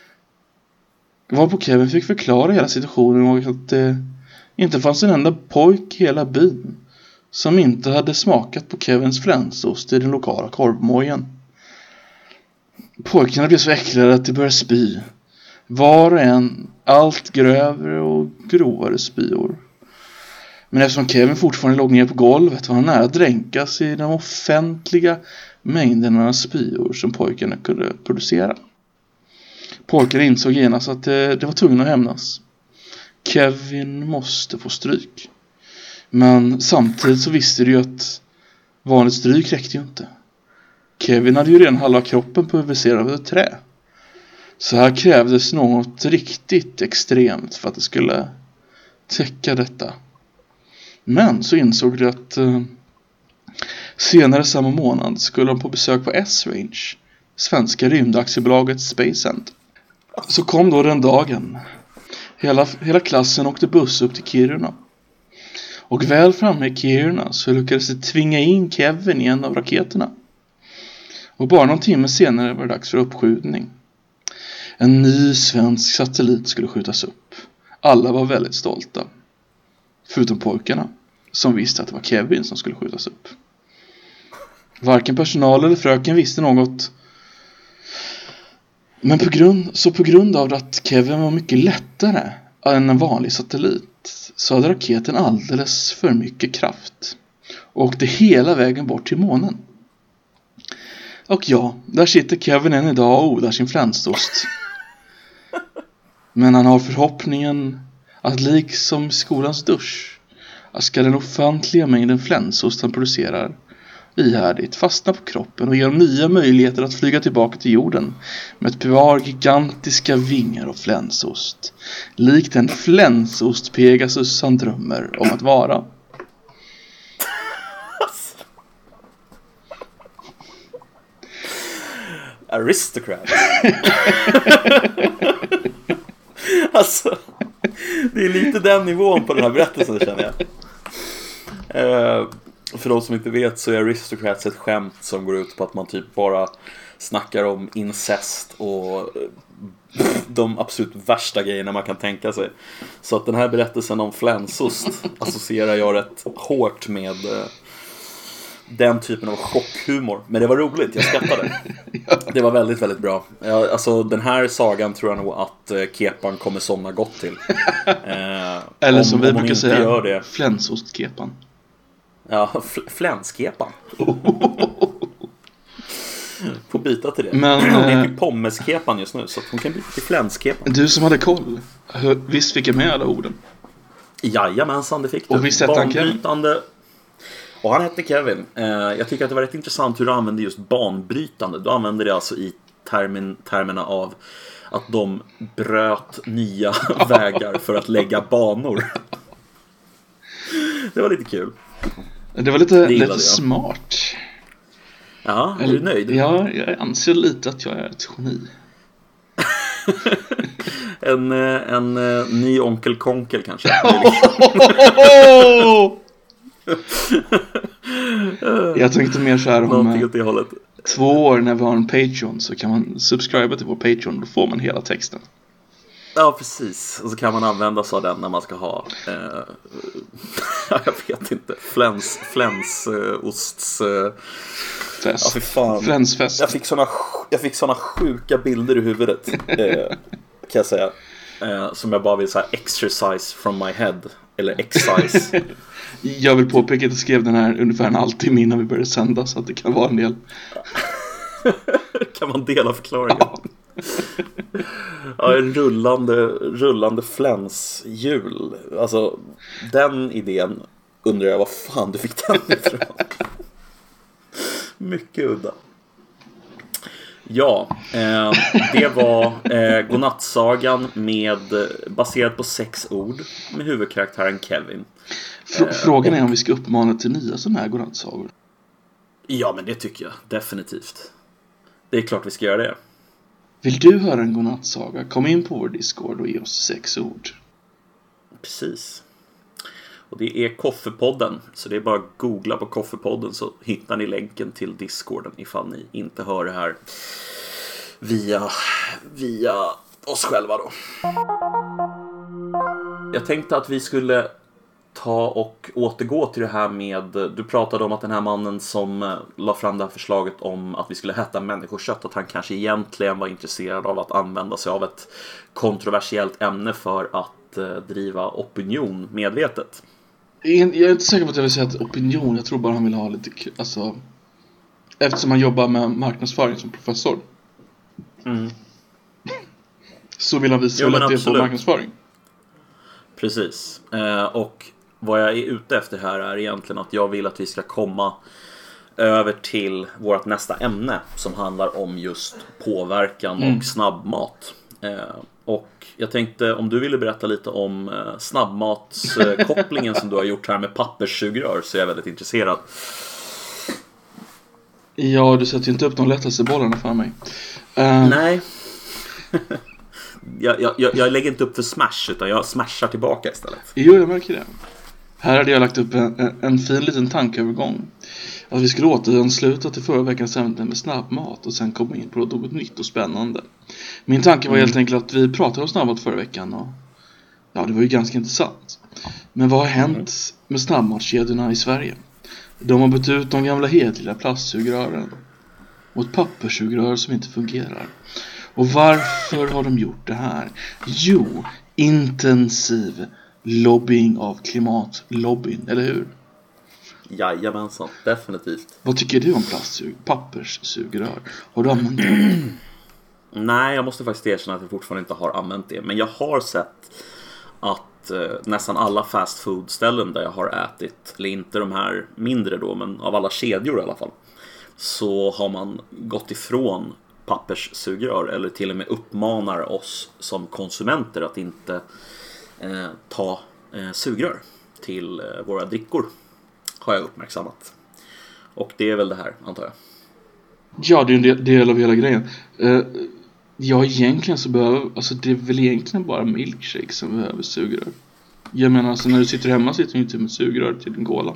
Varpå Kevin fick förklara hela situationen och att det inte fanns en enda pojk i hela byn som inte hade smakat på Kevins flänsost i den lokala korvmojen. Pojkarna blev så äcklade att de började spy. Var och en allt grövre och grovare spyor. Men eftersom Kevin fortfarande låg ner på golvet var han nära att dränkas i de offentliga mängderna av spyor som pojkarna kunde producera. Pojkarna insåg genast att det, det var tvungna att hämnas. Kevin måste få stryk. Men samtidigt så visste de ju att vanligt stryk räckte ju inte. Kevin hade ju redan halva kroppen pulveriserad av ett trä. Så här krävdes något riktigt extremt för att det skulle täcka detta. Men så insåg de att eh, senare samma månad skulle de på besök på S-Range, svenska rymdaktiebolaget Space Center. Så kom då den dagen. Hela, hela klassen åkte buss upp till Kiruna. Och väl framme i Kiruna så lyckades de tvinga in Kevin i en av raketerna. Och bara någon timme senare var det dags för uppskjutning. En ny svensk satellit skulle skjutas upp. Alla var väldigt stolta. Förutom pojkarna, som visste att det var Kevin som skulle skjutas upp. Varken personal eller fröken visste något. Men på grund, så på grund av att Kevin var mycket lättare än en vanlig satellit så hade raketen alldeles för mycket kraft och åkte hela vägen bort till månen. Och ja, där sitter Kevin än idag och odlar sin flänsost. Men han har förhoppningen att liksom skolans dusch ska den ofantliga mängden flänsost han producerar ihärdigt fastna på kroppen och ge dem nya möjligheter att flyga tillbaka till jorden med ett par gigantiska vingar och flänsost, likt en flänsost Pegasus han drömmer om att vara. Aristocrat. Alltså, det är lite den nivån på den här berättelsen, känner jag. Uh, för de som inte vet så är Aristocrats ett skämt som går ut på att man typ bara snackar om incest och de absolut värsta grejerna man kan tänka sig. Så att den här berättelsen om flänsost associerar jag rätt hårt med uh, den typen av chockhumor. Men det var roligt, jag skrattade. Det var väldigt, väldigt bra. Alltså den här sagan tror jag nog att uh, Kepan kommer somna gott till. uh, Eller om, som vi om brukar säga, gör det. Flänsostkepan. Ja, fl- flänskepan. Får byta till det. Men, hon är eh, till pommeskepan just nu, så att hon kan byta till flänskepan. Du som hade koll, hur, visst fick jag med alla orden? Jajamensan, det fick du. Och visst hette han Kevin? Banbrytande. Och han hette Kevin. eh, Jag tycker att det var rätt intressant hur du använde just banbrytande. Du använde det alltså i termin, termerna av att de bröt nya vägar för att lägga banor. Det var lite kul. Det var lite, Det gillade lite jag. smart. Ja, är du nöjd? Ja, jag anser lite att jag är ett geni. En, eh, en eh, ny onkel Konkel kanske. Jag tänkte mer så här om Någonting eh, åt det hållet. två år när vi har en Patreon så kan man subscriba till vår Patreon och då får man hela texten. Ja, precis. Och så kan man använda sig av den när man ska ha eh, jag vet inte. Fläns, flänsosts eh, Fest. ja, fy fan. Flänsfest. Jag fick såna, jag fick såna sjuka bilder i huvudet, eh, kan jag säga, eh, som jag bara vill så här exercise from my head. Eller excise. Jag vill påpeka att jag skrev den här ungefär en halvtimme innan vi började sända, så att det kan vara en del. Kan man dela förklaringen? Ja. Ja, en rullande, rullande flänshjul. Alltså, den idén undrar jag vad fan du fick den ifrån. Mycket udda. Ja, eh, det var eh, godnattsagan med, baserat på sex ord med huvudkaraktären Kevin. Fr- Frågan är om vi ska uppmana till nya sådana här godnattsagor. Ja, men det tycker jag definitivt. Det är klart vi ska göra det. Vill du höra en godnattsaga? Kom in på vår Discord och ge oss sex ord. Precis. Och det är Koffepodden. Så det är bara att googla på Koffepodden så hittar ni länken till Discorden ifall ni inte hör det här via, via oss själva då. Jag tänkte att vi skulle ta och återgå till det här med, du pratade om att den här mannen som la fram det här förslaget om att vi skulle äta människokött, att han kanske egentligen var intresserad av att använda sig av ett kontroversiellt ämne för att eh, driva opinion medvetet. Jag är inte säker på att jag vill säga att opinion, jag tror bara han vill ha lite, alltså, eftersom han jobbar med marknadsföring som professor. Mm. Så vill han visa Jo, att det är på absolut. marknadsföring. Precis. Eh, och vad jag är ute efter här är egentligen att jag vill att vi ska komma över till vårt nästa ämne som handlar om just påverkan Mm. och snabbmat. Eh, och jag tänkte om du ville berätta lite om eh, snabbmatskopplingen som du har gjort här med papperssugrör, så är jag väldigt intresserad. Ja, du sätter ju inte upp de lättaste bollarna för mig. Uh, Nej. jag, jag, jag, jag lägger inte upp för smash utan jag smashar tillbaka istället. Jo, jag märker det. Här hade jag lagt upp en, en, en fin liten tankeövergång. Att vi skulle återansluta till förra veckans ämne med snabbmat och sen komma in på något nytt och spännande. Min tanke var Mm. helt enkelt att vi pratade om snabbmat förra veckan och ja, det var ju ganska intressant. Men vad har hänt mm. med snabbmatskedjorna i Sverige? De har bytt ut de gamla hedliga plastsugrören mot papperssugrör som inte fungerar. Och varför har de gjort det här? Jo, intensiv lobbying av klimatlobbyn, eller hur? Jajamensan, definitivt. Vad tycker du om plastsug? Papperssugrör? Har du använt det? Nej, jag måste faktiskt erkänna att jag fortfarande inte har använt det. Men jag har sett att eh, nästan alla fast food ställen där jag har ätit, eller inte de här mindre då, men av alla kedjor i alla fall, så har man gått ifrån papperssugrör, eller till och med uppmanar oss som konsumenter att inte eh, ta eh, sugrör till eh, våra drickor, har jag uppmärksammat. Och det är väl det här, antar jag. Ja, det är en del, del av hela grejen. Uh, ja, egentligen så behöver, alltså det är väl egentligen bara milkshake som behöver sugrör. Jag menar, alltså när du sitter hemma sitter du inte med sugrör till din cola.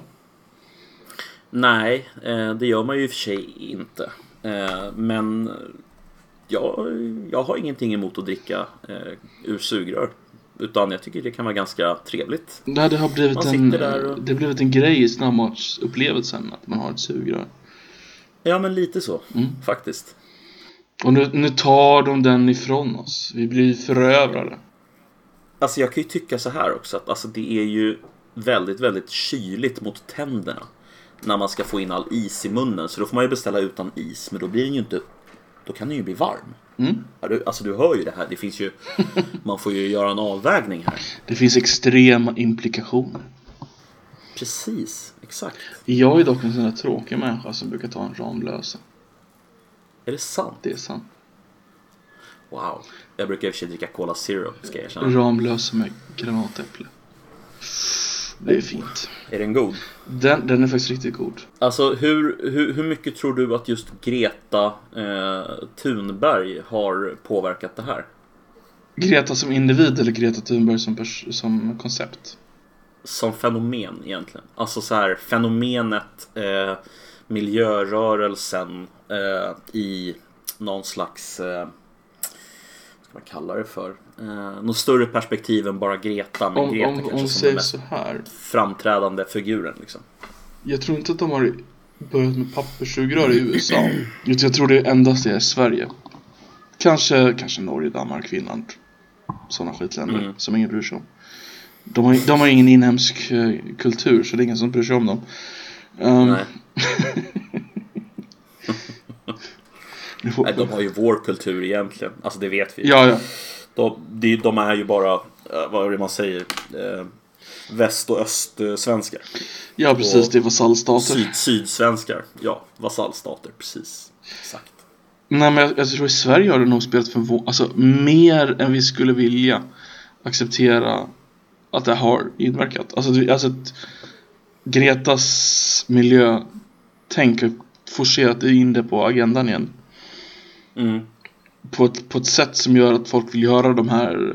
Nej, eh, det gör man ju i och för sig inte. Eh, men jag, jag har ingenting emot att dricka eh, ur sugrör. Utan jag tycker det kan vara ganska trevligt. Nej, det har blivit Man en, sitter där och... det har blivit en grej i snabbmatsupplevelsen att man har ett sugrör. Ja, men lite så, Mm. faktiskt. Och nu, nu tar de den ifrån oss. Vi blir förövrade. Alltså jag kan ju tycka så här också, att alltså, det är ju väldigt, väldigt kyligt mot tänderna när man ska få in all is i munnen. Så då får man ju beställa utan is, men då blir den ju inte, då kan den ju bli varm. Mm. Ja, du, alltså du hör ju det här, det finns ju, man får ju göra en avvägning här. Det finns extrema implikationer. Precis, exakt. Jag är dock en sån där tråkig människa som brukar ta en Ramlösa. Är det sant? Det är sant. Wow. Jag brukar i och för sig dricka Cola Zero, ska jag erkänna. Ramlösa med granatäpple. Det är fint. Är den god? Den, den är faktiskt riktigt god. Alltså hur, hur, hur mycket tror du att just Greta eh, Thunberg har påverkat det här? Greta som individ eller Greta Thunberg som, pers- som koncept? Som fenomen egentligen. Alltså så här, fenomenet eh, miljörörelsen eh, i någon slags eh, vad ska man kalla det för? Eh, något större perspektiv än bara Greta. Men Om, Greta om, kanske om som säger den mest så här. framträdande figuren liksom. Jag tror inte att de har börjat med papperssugrör i U S A. Utan jag tror det endast är i Sverige. Kanske, kanske Norge, Danmark, Finland. Sådana skitländer Mm. som ingen bryr sig om. De har, de har ingen inhemsk eh, kultur, så det är ingen som bryr sig om dem. Um, Nej. nu får- Nej, de har ju vår kultur egentligen. Alltså det vet vi. Ja, ja. De, de, de är ju bara, eh, vad är det man säger, eh, väst- och östsvenskar. Ja, precis. Och det är vasallstater. Syd, sydsvenskar. Ja, vasallstater, precis. Exakt. Nej, men jag, jag tror i Sverige har det nog spelat för vår, alltså mer än vi skulle vilja acceptera att det har inverkat. Alltså, det- alltså att Gretas miljötänk har forcerat in det på agendan igen. Mm. På ett, på ett sätt som gör att folk vill göra de här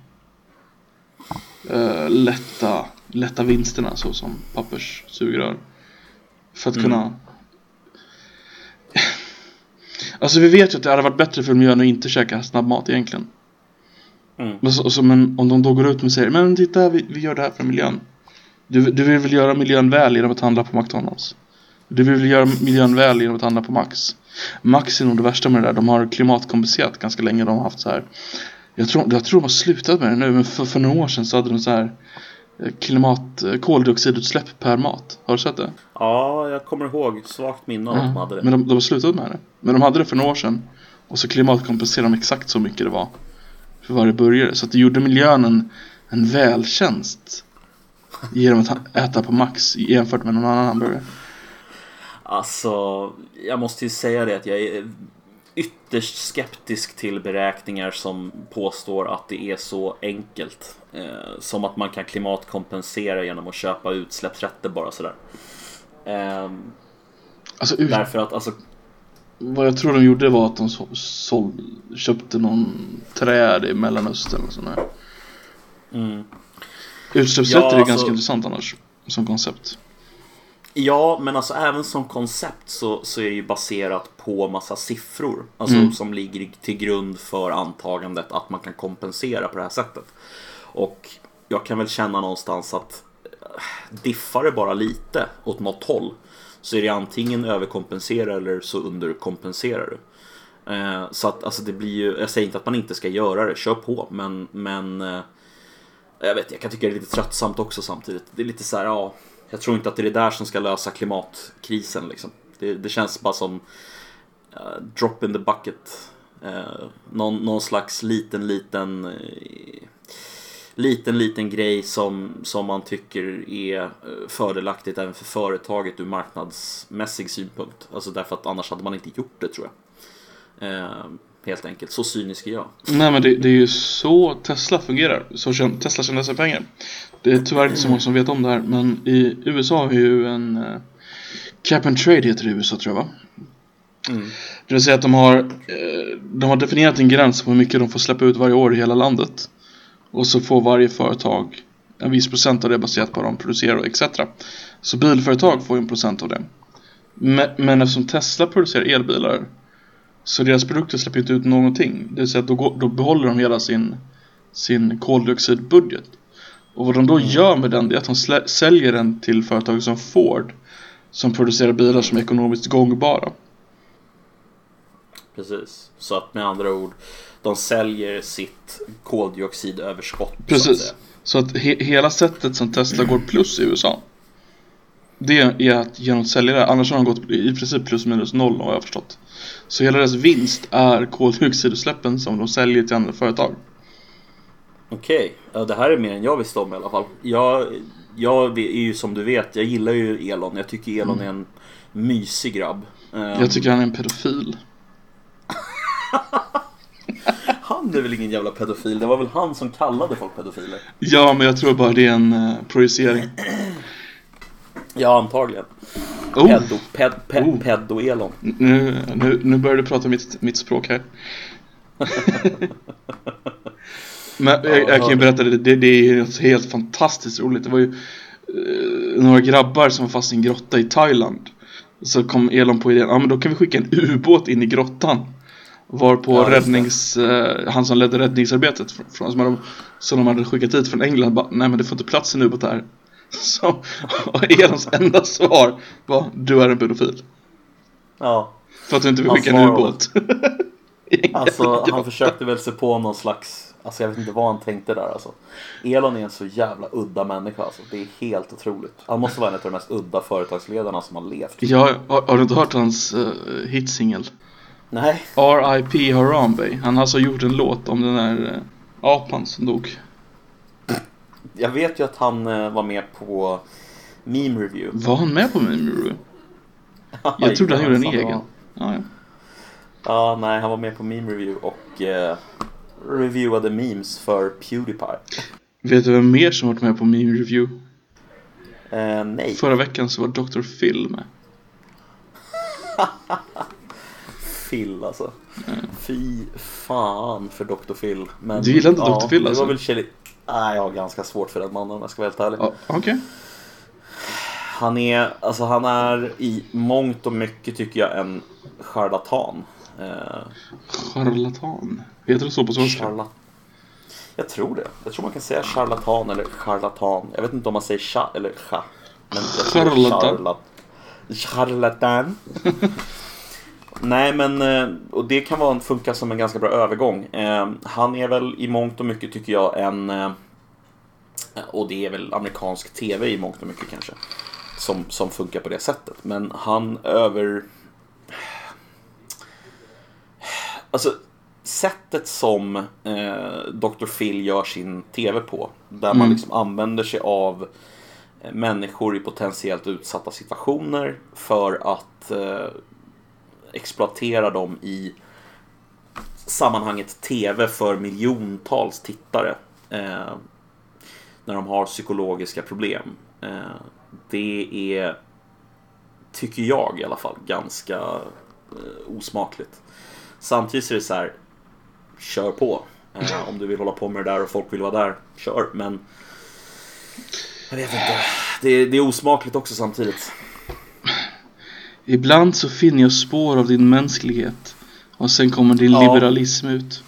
eh, eh, lätta, lätta vinsterna, så som papperssugrör. För att Mm. kunna... Alltså vi vet ju att det hade varit bättre för miljön att inte käka snabbmat egentligen. Mm. Men, så, så, men om de då går ut och säger, men titta, vi, vi gör det här för miljön. Du, du vill väl göra miljön väl genom att handla på McDonalds? Du vill väl göra miljön väl genom att handla på Max? Max är nog det värsta med det där. De har klimatkompenserat ganska länge. De har haft så här. Jag tror, jag tror de har slutat med det nu. Men för, för några år sedan så hade de så här eh, klimat, eh, koldioxidutsläpp per mat. Har du sett det? Ja, jag kommer ihåg svagt minne av att de hade det. Men de, de har slutat med det. Men de hade det för några år sedan. Och så klimatkompenserade de exakt så mycket det var för varje burgare. Så att det gjorde miljön en, en vältjänst genom att äta på Max jämfört med någon annan hamburgare. Alltså, jag måste ju säga det att jag är ytterst skeptisk till beräkningar som påstår att det är så enkelt. Eh, som att man kan klimatkompensera genom att köpa utsläppsrätter bara sådär. Eh, Alltså, ut, därför att, alltså, vad jag tror de gjorde var att de så, såld, köpte någon träd i Mellanöstern och sådär. mm. Utsläppsrätter Ja, är alltså- ganska intressant annars som koncept. Ja, men alltså även som koncept så, så är det ju baserat på massa siffror. Alltså Mm. som ligger till grund för antagandet att man kan kompensera på det här sättet. Och jag kan väl känna någonstans att eh, diffar det bara lite åt något håll, så är det antingen överkompensera eller så underkompenserar du. Eh, så att alltså det blir ju, jag säger inte att man inte ska göra det, kör på, men, men eh, jag vet, jag kan tycka det är lite tröttsamt också samtidigt. Det är lite så här, ja, jag tror inte att det är det där som ska lösa klimatkrisen liksom. Det, det känns bara som uh, drop in the bucket. Uh, någon, någon slags liten, liten uh, liten, liten grej som, som man tycker är fördelaktigt även för företaget ur marknadsmässig synpunkt. Alltså därför att annars hade man inte gjort det, tror jag. Uh, helt enkelt, så cynisk är jag. Nej, men det, det är ju så Tesla fungerar. Så Tesla tjänar sig pengar. Det är tyvärr inte så många som vet om det här. Men i U S A har ju en uh, cap and trade heter det i U S A, tror jag, va? Mm. Det vill säga att de har uh, de har definierat en gräns på hur mycket de får släppa ut varje år i hela landet. Och så får varje företag en viss procent av det baserat på vad de producerar och et cetera. Så bilföretag får ju en procent av det. Men, men eftersom Tesla producerar elbilar, så deras produkter släpper inte ut någonting. Det vill säga att då, går, då behåller de hela sin, sin koldioxidbudget. Och vad de då gör med den, det är att de slä, säljer den till företag som Ford, som producerar bilar som är ekonomiskt gångbara. Precis, så att med andra ord, de säljer sitt koldioxidöverskott. Precis, så att, så att he- hela sättet som Tesla går plus i U S A, det är att genom att sälja det. Annars har de gått i princip plus minus noll, har jag förstått. Så hela deras vinst är koldioxidutsläppen som de säljer till andra företag. Okej, ja, det här är mer än jag visste om i alla fall. Jag, jag är ju, som du vet, jag gillar ju Elon. Jag tycker Elon mm. är en mysig grabb. Jag tycker han är en pedofil. Han är väl ingen jävla pedofil. Det var väl han som kallade folk pedofiler. Ja, men jag tror bara det är en uh, projicering. Ja, antagligen. oh. Pedo, ped, ped, oh. pedo Elon. Nu, nu, nu börjar du prata mitt, mitt språk här. Men jag, jag kan ju berätta det, det, det är helt fantastiskt roligt. Det var ju uh, några grabbar som var fast i en grotta i Thailand. Så kom Elon på idén, ja men då kan vi skicka en ubåt in i grottan. Var på ja, räddnings uh, han som ledde räddningsarbetet från, från, som, de, som de hade skickat hit från England bara, nej men det får inte plats en ubåt här. Så och Elons enda svar var, du är en pedofil. Ja. För att du inte vill skicka en ubåt. Alltså han försökte väl se på någon slags, alltså jag vet inte vad han tänkte där alltså. Elon är en så jävla udda människa alltså. Det är helt otroligt. Han måste vara en av de mest udda företagsledarna som har levt. Ja, har, har du inte hört hans uh, hitsingel? Nej. R I P Harambe. Han har alltså gjort en låt om den där uh, apan som dog. Jag vet ju att han uh, var med på Meme Review. Var han med på Meme Review? Jag trodde han gjorde en egen. Ja, ja. Ja, nej, han var med på Meme Review och uh, reviewade memes för PewDiePie. Vet du vem mer som varit med på Meme Review? Uh, nej. Förra veckan så var doktor Phil med. Phil alltså. Mm. Fy fan för doktor Phil. Men, du gillar inte ja, doktor Phil alltså? Det var väl Kjell... Nej, jag har ganska svårt för den mannen om jag ska vara helt ärlig. Ja, okej. Okay. Han är, alltså han är i mångt och mycket tycker jag en charlatan. Eh, charlatan? Heter det så på svenska? Charla... Jag tror det. Jag tror man kan säga charlatan eller charlatan. Jag vet inte om man säger cha eller cha. Men jag charlatan. Charlat... Charlatan. Nej, men och det kan vara funka som en ganska bra övergång. Eh, han är väl i mångt och mycket tycker jag en eh, och det är väl amerikansk tv i mångt och mycket kanske som, som funkar på det sättet. Men han över alltså sättet som eh, doktor Phil gör sin tv på, där mm. man liksom använder sig av eh, människor i potentiellt utsatta situationer för att eh, exploatera dem i sammanhanget tv för miljontals tittare eh, när de har psykologiska problem. Eh, det är, tycker jag i alla fall, ganska eh, osmakligt. Samtidigt är det så här, kör på. Eh, om du vill hålla på med det där och folk vill vara där, kör. Men jag vet inte, det är, det är osmakligt också samtidigt. Ibland så finner jag spår av din mänsklighet. Och sen kommer din ja. liberalism ut.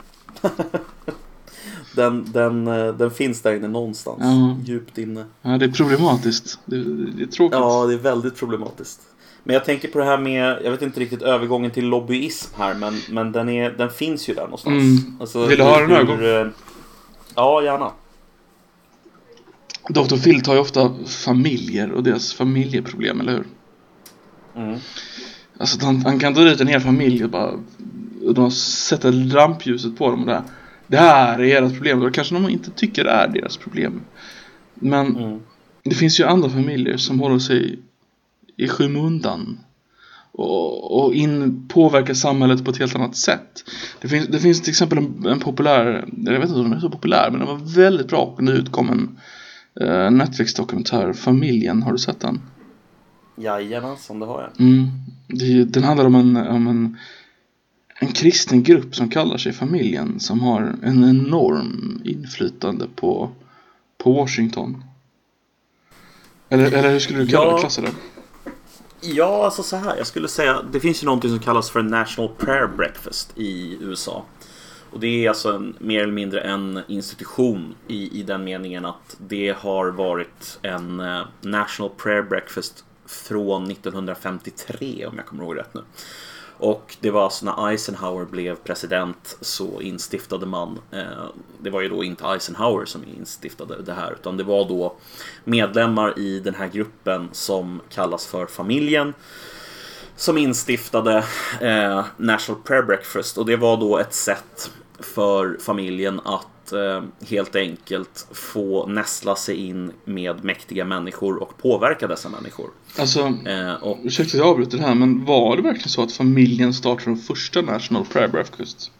den, den, den finns där inne någonstans. Ja. Djupt inne. Ja, det är problematiskt. Det, det är tråkigt. Ja, det är väldigt problematiskt. Men jag tänker på det här med, jag vet inte riktigt övergången till lobbyism här. Men, men den, är, den finns ju där någonstans. Mm. Alltså, vill du ha den ögon? Ja, gärna. doktor Phil tar ju ofta familjer och deras familjeproblem, eller hur? Mm. Alltså att han, han kan ta dit en hel familj och bara och de sätter rampljuset på dem och det, det här är deras problem. Och kanske de inte tycker det är deras problem. Men Mm. det finns ju andra familjer som håller sig i skymundan och, och in, påverkar samhället på ett helt annat sätt. Det finns, det finns till exempel en, en populär, jag vet inte om den är så populär, men den var väldigt bra och nu utkom en uh, Netflix-dokumentär, Familjen. Har du sett den? Jajamensan, det har jag. Mm. Det, den handlar om en, om en en kristen grupp som kallar sig Familjen, som har en enorm inflytande på, på Washington. Eller, eller hur skulle du kalla Ja. det, klassa det? Ja, alltså så här. Jag skulle säga, det finns ju någonting som kallas för National Prayer Breakfast i U S A. Och det är alltså en, mer eller mindre en institution i, i den meningen att det har varit en uh, National Prayer Breakfast från nittonhundrafemtiotre, om jag kommer ihåg rätt nu. Och det var alltså när Eisenhower blev president så instiftade man, eh, det var ju då inte Eisenhower som instiftade det här, utan det var då medlemmar i den här gruppen som kallas för Familjen som instiftade eh, National Prayer Breakfast. Och det var då ett sätt för familjen att eh, helt enkelt få nästla sig in med mäktiga människor och påverka dessa människor. Alltså, eh, och, ursäkta att jag avbryter det här, men var det verkligen så att Familjen startade den första National Prayer Breakfast?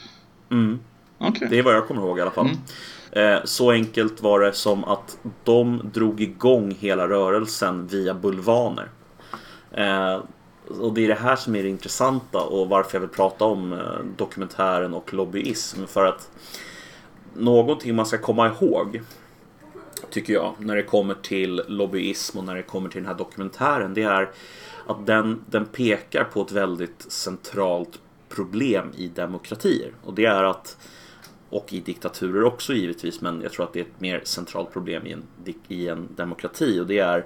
mm, Okay. Det är vad jag kommer ihåg i alla fall. Mm. Eh, så enkelt var det som att de drog igång hela rörelsen via bulvaner. Eh, och det är det här som är det intressanta och varför jag vill prata om eh, dokumentären och lobbyism. För att någonting man ska komma ihåg, tycker jag, när det kommer till lobbyism och när det kommer till den här dokumentären, det är att den, den pekar på ett väldigt centralt problem i demokratier. Och det är att, och i diktaturer också givetvis, men jag tror att det är ett mer centralt problem i en, i en demokrati. Och det är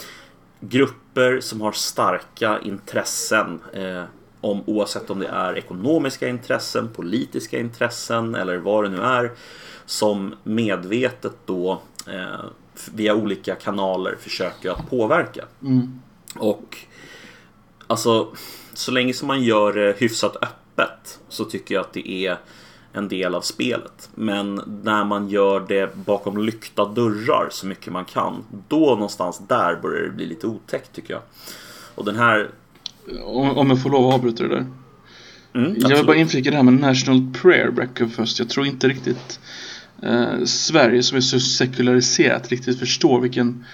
grupper som har starka intressen, eh, om, oavsett om det är ekonomiska intressen, politiska intressen eller vad det nu är, som medvetet då eh, via olika kanaler försöker att påverka. Mm. Och alltså, så länge som man gör det hyfsat öppet så tycker jag att det är en del av spelet. Men när man gör det bakom lyckta dörrar så mycket man kan, då någonstans där börjar det bli lite otäckt, tycker jag. Och den här... Om, om jag får lov att avbryta det där. Mm, jag vill bara inflika det här med National Prayer Breakfast. Jag tror inte riktigt eh, Sverige, som är så sekulariserat, riktigt förstår vilken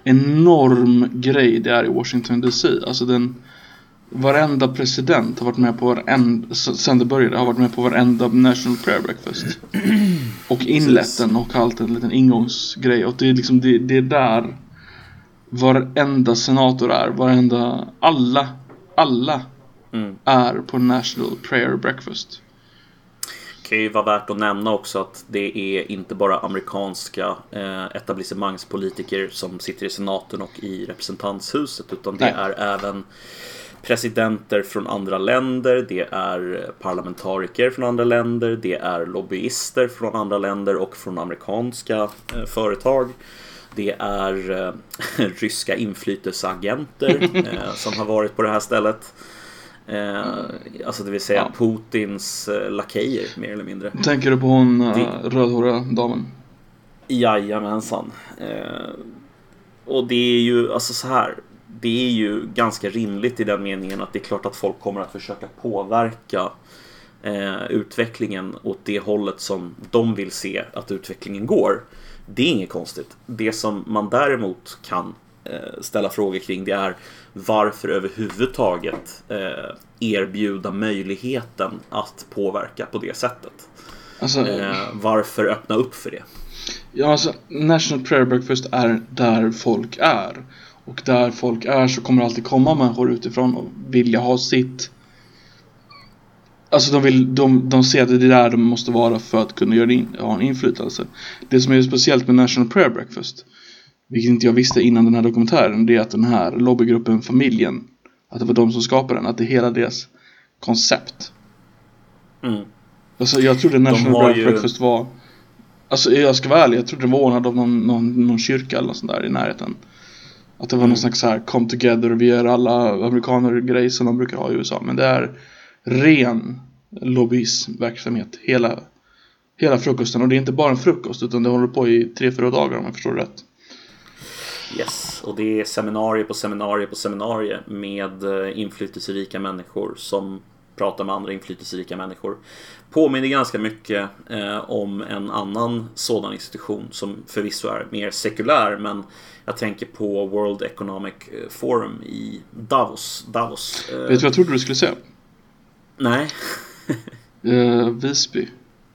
enorm grej det är i Washington D C. Alltså den... Varenda president har varit med på varenda, sen det började, har varit med på varenda National Prayer Breakfast. Och inlett den och allt en liten ingångsgrej. Och det är liksom det, det är där varenda senator är, varenda, alla, alla mm. är på National Prayer Breakfast. Det kan ju vara värt att nämna också att det är inte bara amerikanska eh, etablissemangspolitiker som sitter i senaten och i representanthuset, utan det Nej. är även presidenter från andra länder, det är parlamentariker från andra länder, det är lobbyister från andra länder och från amerikanska eh, företag. Det är eh, ryska inflytelseagenter eh, som har varit på det här stället. Eh, alltså det vill säga Ja. Putins eh, lakejer, mer eller mindre. Tänker du på hon uh, Det- rödhåriga damen? Jajamensan. Eh, och det är ju alltså så här. Det är ju ganska rimligt i den meningen att det är klart att folk kommer att försöka påverka eh, utvecklingen åt det hållet som de vill se att utvecklingen går. Det är inget konstigt. Det som man däremot kan eh, ställa frågor kring, det är varför överhuvudtaget eh, erbjuda möjligheten att påverka på det sättet. Alltså, Eh, varför öppna upp för det? ja, alltså, National Prayer Breakfast är där folk är. Och där folk är så kommer det alltid komma människor utifrån och vilja ha sitt. Alltså de, vill, de, de ser att det är där de måste vara för att kunna göra in, ha en inflytelse. Det som är speciellt med National Prayer Breakfast, vilket inte jag visste innan den här dokumentären, det är att den här lobbygruppen Familjen, att det var de som skapade den, att det är hela deras koncept. Mm. Alltså jag trodde National har Prayer ju- Breakfast var Alltså jag ska vara ärlig, jag trodde det var ordnad av någon, någon, någon kyrka eller något sånt där i närheten. Att det var mm. någon slags så här come together och vi gör alla amerikaner grej som de brukar ha i U S A. Men det är ren lobbyismverksamhet hela, hela frukosten. Och det är inte bara en frukost utan det håller på i tre, fyra dagar om jag förstår rätt. Yes, och det är seminarier på seminarier på seminarier med inflytelserika människor som pratar med andra inflytelserika människor. Påminner ganska mycket eh, om en annan sådan institution som förvisso är mer sekulär, men jag tänker på World Economic Forum i Davos. Davos eh. Vet du vad jag trodde du skulle säga? Nej. uh, Visby.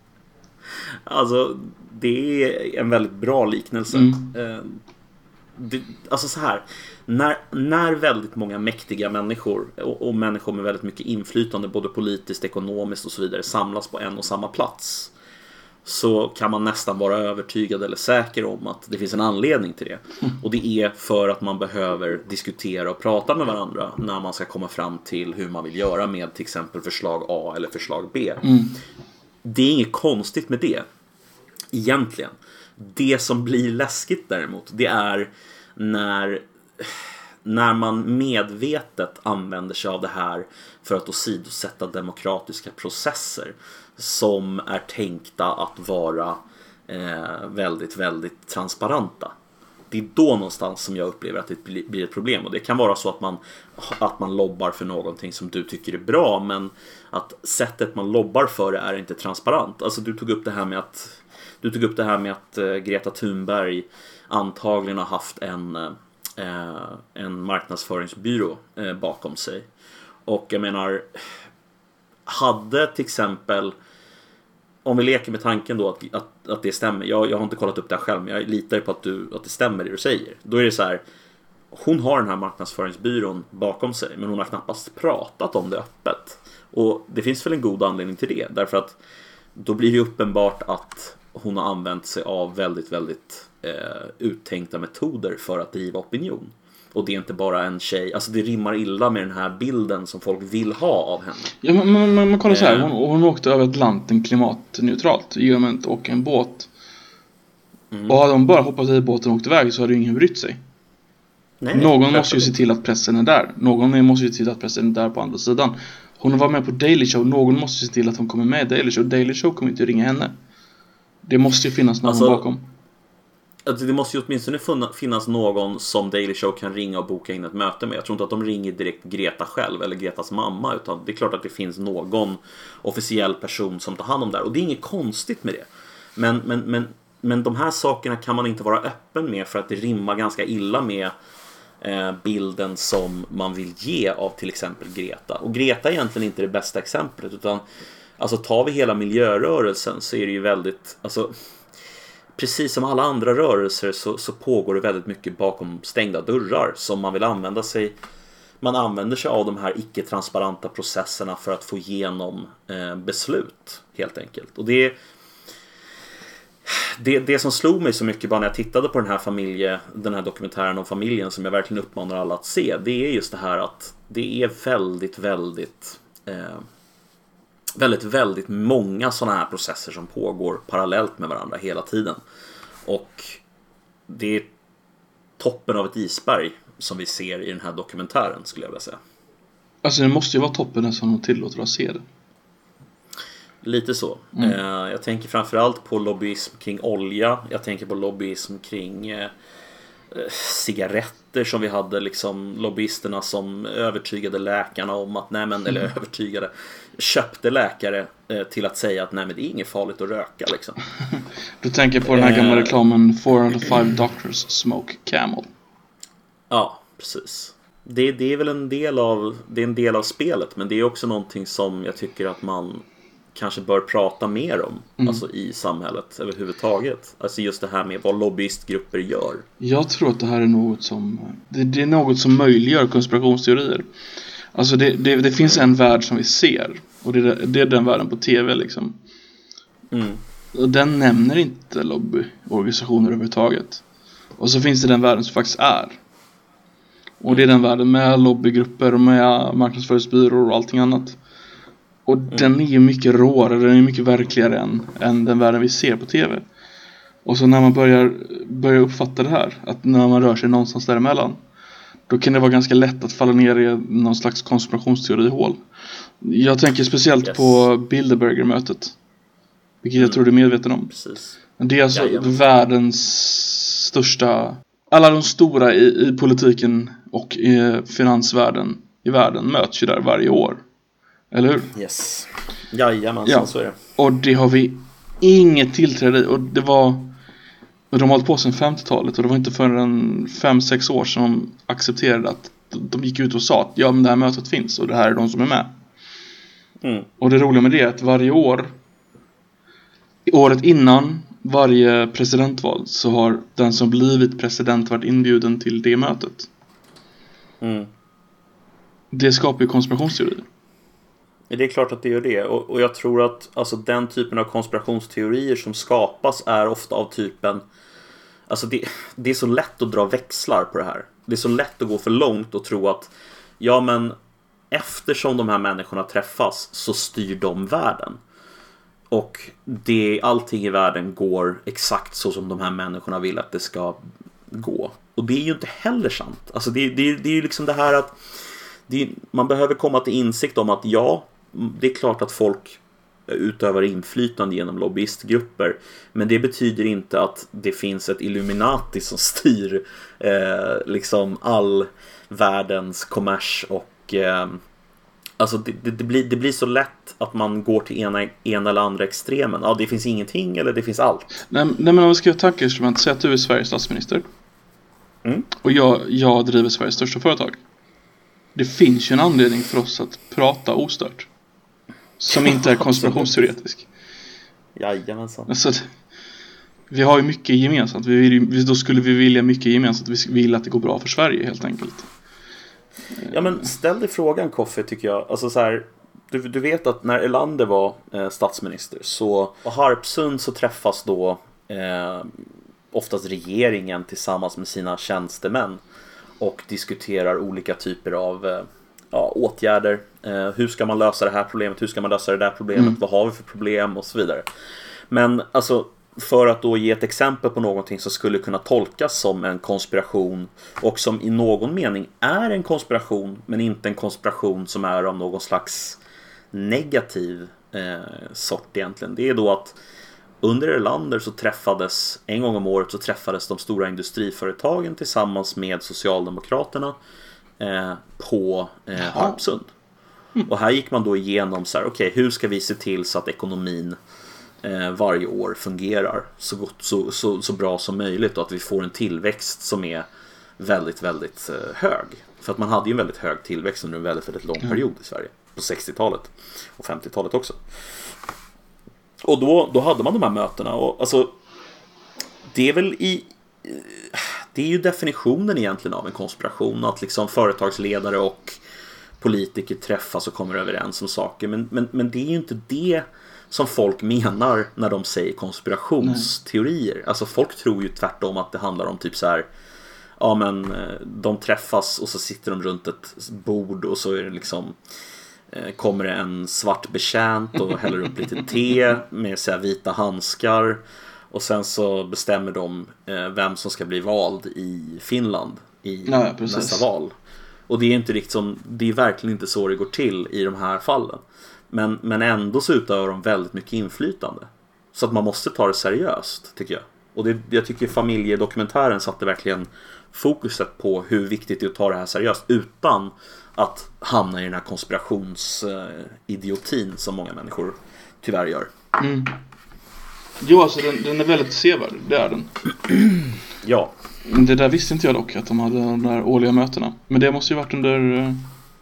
Alltså, det är en väldigt bra liknelse. Mm. Eh, det, alltså så här, när, när väldigt många mäktiga människor och, och människor med väldigt mycket inflytande både politiskt, ekonomiskt och så vidare samlas på en och samma plats, så kan man nästan vara övertygad eller säker om att det finns en anledning till det. Mm. Och det är för att man behöver diskutera och prata med varandra när man ska komma fram till hur man vill göra med till exempel förslag A eller förslag B. Mm. Det är inget konstigt med det egentligen. Det som blir läskigt däremot, det är när, när man medvetet använder sig av det här för att åsidosätta demokratiska processer som är tänkta att vara eh, väldigt, väldigt transparenta. Det är då någonstans som jag upplever att det blir ett problem. Och det kan vara så att man, att man lobbar för någonting som du tycker är bra, men att sättet man lobbar för det är inte transparent. Alltså du tog upp det här med att Du tog upp det här med att eh, Greta Thunberg antagligen har haft en, eh, en marknadsföringsbyrå eh, bakom sig. Och jag menar, hade till exempel, om vi leker med tanken då att, att, att det stämmer. Jag, jag har inte kollat upp det här själv, men jag litar på att, du, att det stämmer det du säger. Då är det så här, hon har den här marknadsföringsbyrån bakom sig, men hon har knappast pratat om det öppet. Och det finns väl en god anledning till det. Därför att då blir det uppenbart att hon har använt sig av väldigt, väldigt eh, uttänkta metoder för att driva opinion. Och det är inte bara en tjej. Alltså det rimmar illa med den här bilden som folk vill ha av henne. Ja, men man, man, man kollar så här. Hon, hon åkte över Atlanten klimatneutralt genom att åka en båt. Mm. Och hade de bara hoppat i båten och åkt iväg så hade ju ingen brytt sig. Nej, Någon måste ju se till att pressen är där. Någon måste ju se till att pressen är där på andra sidan. Hon var med på Daily Show. Någon måste se till att hon kommer med i Daily Show. Daily Show kommer inte ringa henne. Det måste ju finnas någon alltså, bakom. Alltså det måste ju åtminstone finnas någon som Daily Show kan ringa och boka in ett möte med. Jag tror inte att de ringer direkt Greta själv eller Gretas mamma, utan det är klart att det finns någon officiell person som tar hand om det här. Och det är inget konstigt med det. Men, men, men, men de här sakerna kan man inte vara öppen med för att det rimmar ganska illa med eh, bilden som man vill ge av till exempel Greta. Och Greta är egentligen inte det bästa exemplet, utan alltså tar vi hela miljörörelsen så är det ju väldigt, alltså precis som alla andra rörelser så, så pågår det väldigt mycket bakom stängda dörrar som man vill använda sig. Man använder sig av de här icke-transparenta processerna för att få igenom eh, beslut helt enkelt. Och det, det det som slog mig så mycket bara när jag tittade på den här familje, den här dokumentären om familjen som jag verkligen uppmanar alla att se, det är just det här att det är väldigt, väldigt eh, väldigt, väldigt många sådana här processer som pågår parallellt med varandra hela tiden. Och det är toppen av ett isberg som vi ser i den här dokumentären, skulle jag vilja säga. Alltså det måste ju vara toppen nästan att tillåta att se det. Lite så. Mm. Eh, jag tänker framförallt på lobbyism kring olja. Jag tänker på lobbyism kring eh, cigaretter som vi hade liksom lobbyisterna som övertygade läkarna om att nej men, eller övertygade köpte läkare eh, till att säga att nej men det är inget farligt att röka liksom. Du tänker på den här gamla reklamen four out of five doctors smoke Camel. Ja, precis. Det, det är väl en del av det är en del av spelet, men det är också någonting som jag tycker att man kanske bör prata mer om mm. alltså i samhället överhuvudtaget. Alltså just det här med vad lobbyistgrupper gör. Jag tror att det här är något som det, det är något som möjliggör konspirationsteorier. Alltså det, det, det finns en värld som vi ser, och det, det är den världen på tv liksom. Mm. Och den nämner inte lobbyorganisationer överhuvudtaget. Och så finns det den världen som faktiskt är. Och det är den världen med lobbygrupper och med marknadsföringsbyråer och allting annat. Och mm. den är ju mycket råare, den är mycket verkligare än, än den världen vi ser på tv. Och så när man börjar, börjar uppfatta det här, att när man rör sig någonstans däremellan, då kan det vara ganska lätt att falla ner i någon slags konspirationsteorihål. Jag tänker speciellt yes. på Bilderberger-mötet, vilket mm. jag tror du är medveten om. Precis. Det är alltså Jajamän. världens största, alla de stora i, i politiken och i finansvärlden i världen möts ju där varje år. Eller hur? Yes. Jajamän, ja. Så är det. Och det har vi inget tillträde i. Och det var, de har hållit på sedan femtiotalet, och det var inte förrän fem sex år som de accepterade att de gick ut och sa att ja, men det här mötet finns och det här är de som är med. Mm. Och det roliga med det är att varje år, året innan varje presidentval, så har den som blivit president varit inbjuden till det mötet. Mm. Det skapar ju konspirationsteorier. Det är klart att det gör det. Och, och jag tror att alltså, den typen av konspirationsteorier som skapas är ofta av typen... Alltså det, det är så lätt att dra växlar på det här. Det är så lätt att gå för långt och tro att ja, men eftersom de här människorna träffas så styr de världen. Och det, allting i världen går exakt så som de här människorna vill att det ska gå. Och det är ju inte heller sant. Alltså det, det, det är ju liksom det här att det, man behöver komma till insikt om att ja, det är klart att folk utövar inflytande genom lobbyistgrupper, men det betyder inte att det finns ett Illuminati som styr eh, liksom all världens kommers och eh, alltså det, det, det, blir, det blir så lätt att man går till ena, ena eller andra extremen. Ja, det finns ingenting eller det finns allt. Nej, nej men om vi ska göra tankeexperiment, säg att du är Sveriges statsminister. Mm. Och jag, jag driver Sveriges största företag. Det finns ju en anledning för oss att prata ostört, som inte är konspirationsteoretisk. Jajamensan. Alltså, vi har ju mycket gemensamt. Vi vill, då skulle vi vilja mycket gemensamt. Vi vill att det går bra för Sverige helt enkelt. Ja, men ställ dig frågan, Koffe, tycker jag. Alltså så här, du, du vet att när Erlander var eh, statsminister så på Harpsund så träffas då eh, oftast regeringen tillsammans med sina tjänstemän och diskuterar olika typer av eh, ja, åtgärder. Eh, hur ska man lösa det här problemet? Hur ska man lösa det där problemet? Mm. Vad har vi för problem? Och så vidare. Men alltså, för att då ge ett exempel på någonting som skulle kunna tolkas som en konspiration och som i någon mening är en konspiration, men inte en konspiration som är av någon slags negativ eh, sort egentligen. Det är då att under Erlander så träffades en gång om året så träffades de stora industriföretagen tillsammans med Socialdemokraterna eh, på eh, Harpsund. Mm. Och här gick man då igenom så här, okej, okay, hur ska vi se till så att ekonomin eh, varje år fungerar så, gott, så, så, så bra som möjligt och att vi får en tillväxt som är väldigt, väldigt eh, hög. För att man hade ju en väldigt hög tillväxt under en väldigt, väldigt lång period i Sverige. På sextiotalet och femtiotalet också. Och då, då hade man de här mötena. Och alltså, det är väl i... Det är ju definitionen egentligen av en konspiration. Att liksom företagsledare och politiker träffas och kommer överens om saker. Men, men, men det är ju inte det som folk menar när de säger konspirationsteorier. Nej. Alltså folk tror ju tvärtom att det handlar om typ så här... Ja, men de träffas och så sitter de runt ett bord och så är det liksom... kommer det en svart betjänt och häller upp lite te med så här vita handskar och sen så bestämmer de vem som ska bli vald i Finland i ja, nästa val. Och det är inte riktigt som, det är verkligen inte så det går till i de här fallen. Men, men ändå så utövar de väldigt mycket inflytande. Så att man måste ta det seriöst, tycker jag. Och det, jag tycker familjedokumentären satte verkligen fokuset på hur viktigt det är att ta det här seriöst utan att hamna i den här konspirationsidiotin som många människor tyvärr gör. Mm. Jo, alltså den, den är väldigt sevärd, det är den. Ja. Det där visste inte jag dock, att de hade de där årliga mötena. Men det måste ju varit under... Uh,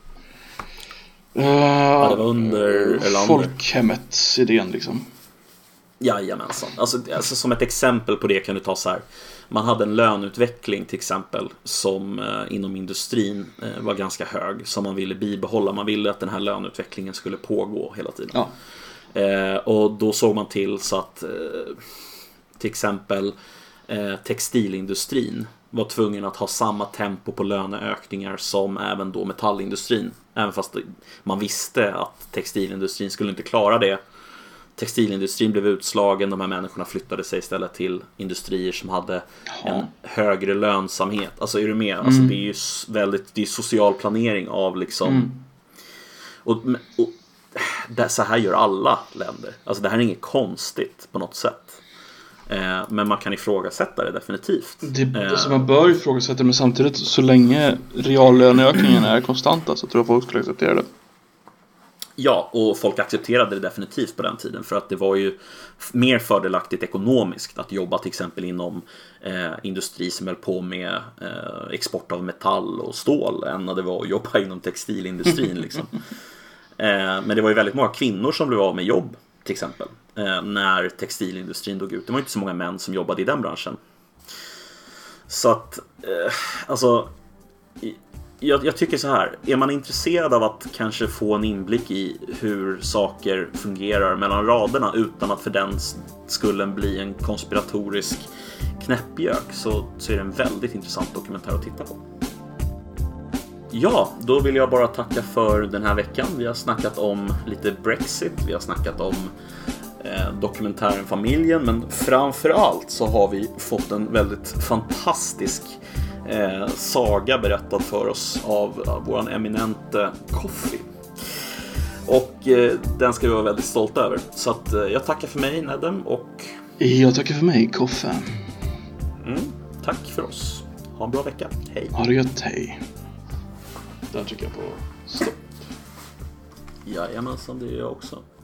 ja, det var under Erlander. Folkhemmets idén liksom. Jajamensan. Alltså, alltså som ett exempel på det kan du ta så här. Man hade en löneutveckling till exempel som eh, inom industrin eh, var ganska hög, som man ville bibehålla. Man ville att den här löneutvecklingen skulle pågå hela tiden. Ja. Eh, och då såg man till så att eh, till exempel eh, textilindustrin var tvungen att ha samma tempo på löneökningar som även då metallindustrin. Även fast man visste att textilindustrin skulle inte klara det textilindustrin blev utslagen, de här människorna flyttade sig istället till industrier som hade ja. en högre lönsamhet. Alltså är du med? Mm. Alltså, det är ju väldigt, det är social planering av liksom mm. och, och det, så här gör alla länder. Alltså det här är inget konstigt på något sätt. Eh, men man kan ifrågasätta det definitivt. Det, eh. alltså man bör ifrågasätta det, men samtidigt så länge reallöneökningen är konstanta så tror jag folk skulle acceptera det. Ja, och folk accepterade det definitivt på den tiden, för att det var ju mer fördelaktigt ekonomiskt att jobba till exempel inom eh, industri som höll på med eh, export av metall och stål än när det var att jobba inom textilindustrin liksom. eh, men det var ju väldigt många kvinnor som blev av med jobb till exempel eh, när textilindustrin dog ut. Det var inte så många män som jobbade i den branschen. Så att eh, alltså Jag, jag tycker så här, är man intresserad av att kanske få en inblick i hur saker fungerar mellan raderna utan att för den skullen bli en konspiratorisk knäppjök, så, så är det en väldigt intressant dokumentär att titta på. Ja, då vill jag bara tacka för den här veckan. Vi har snackat om lite Brexit, vi har snackat om eh, dokumentären Familjen, men framförallt så har vi fått en väldigt fantastisk Eh, saga berättad för oss av, av våran eminente Coffee. Och eh, den ska vi vara väldigt stolta över. Så att eh, jag tackar för mig, Nedem, och jag tackar för mig, Koffe. Mm, tack för oss. Ha en bra vecka. Hej. Ha det gött, hej. Där trycker jag på stopp. Jajamensan, det gör jag också.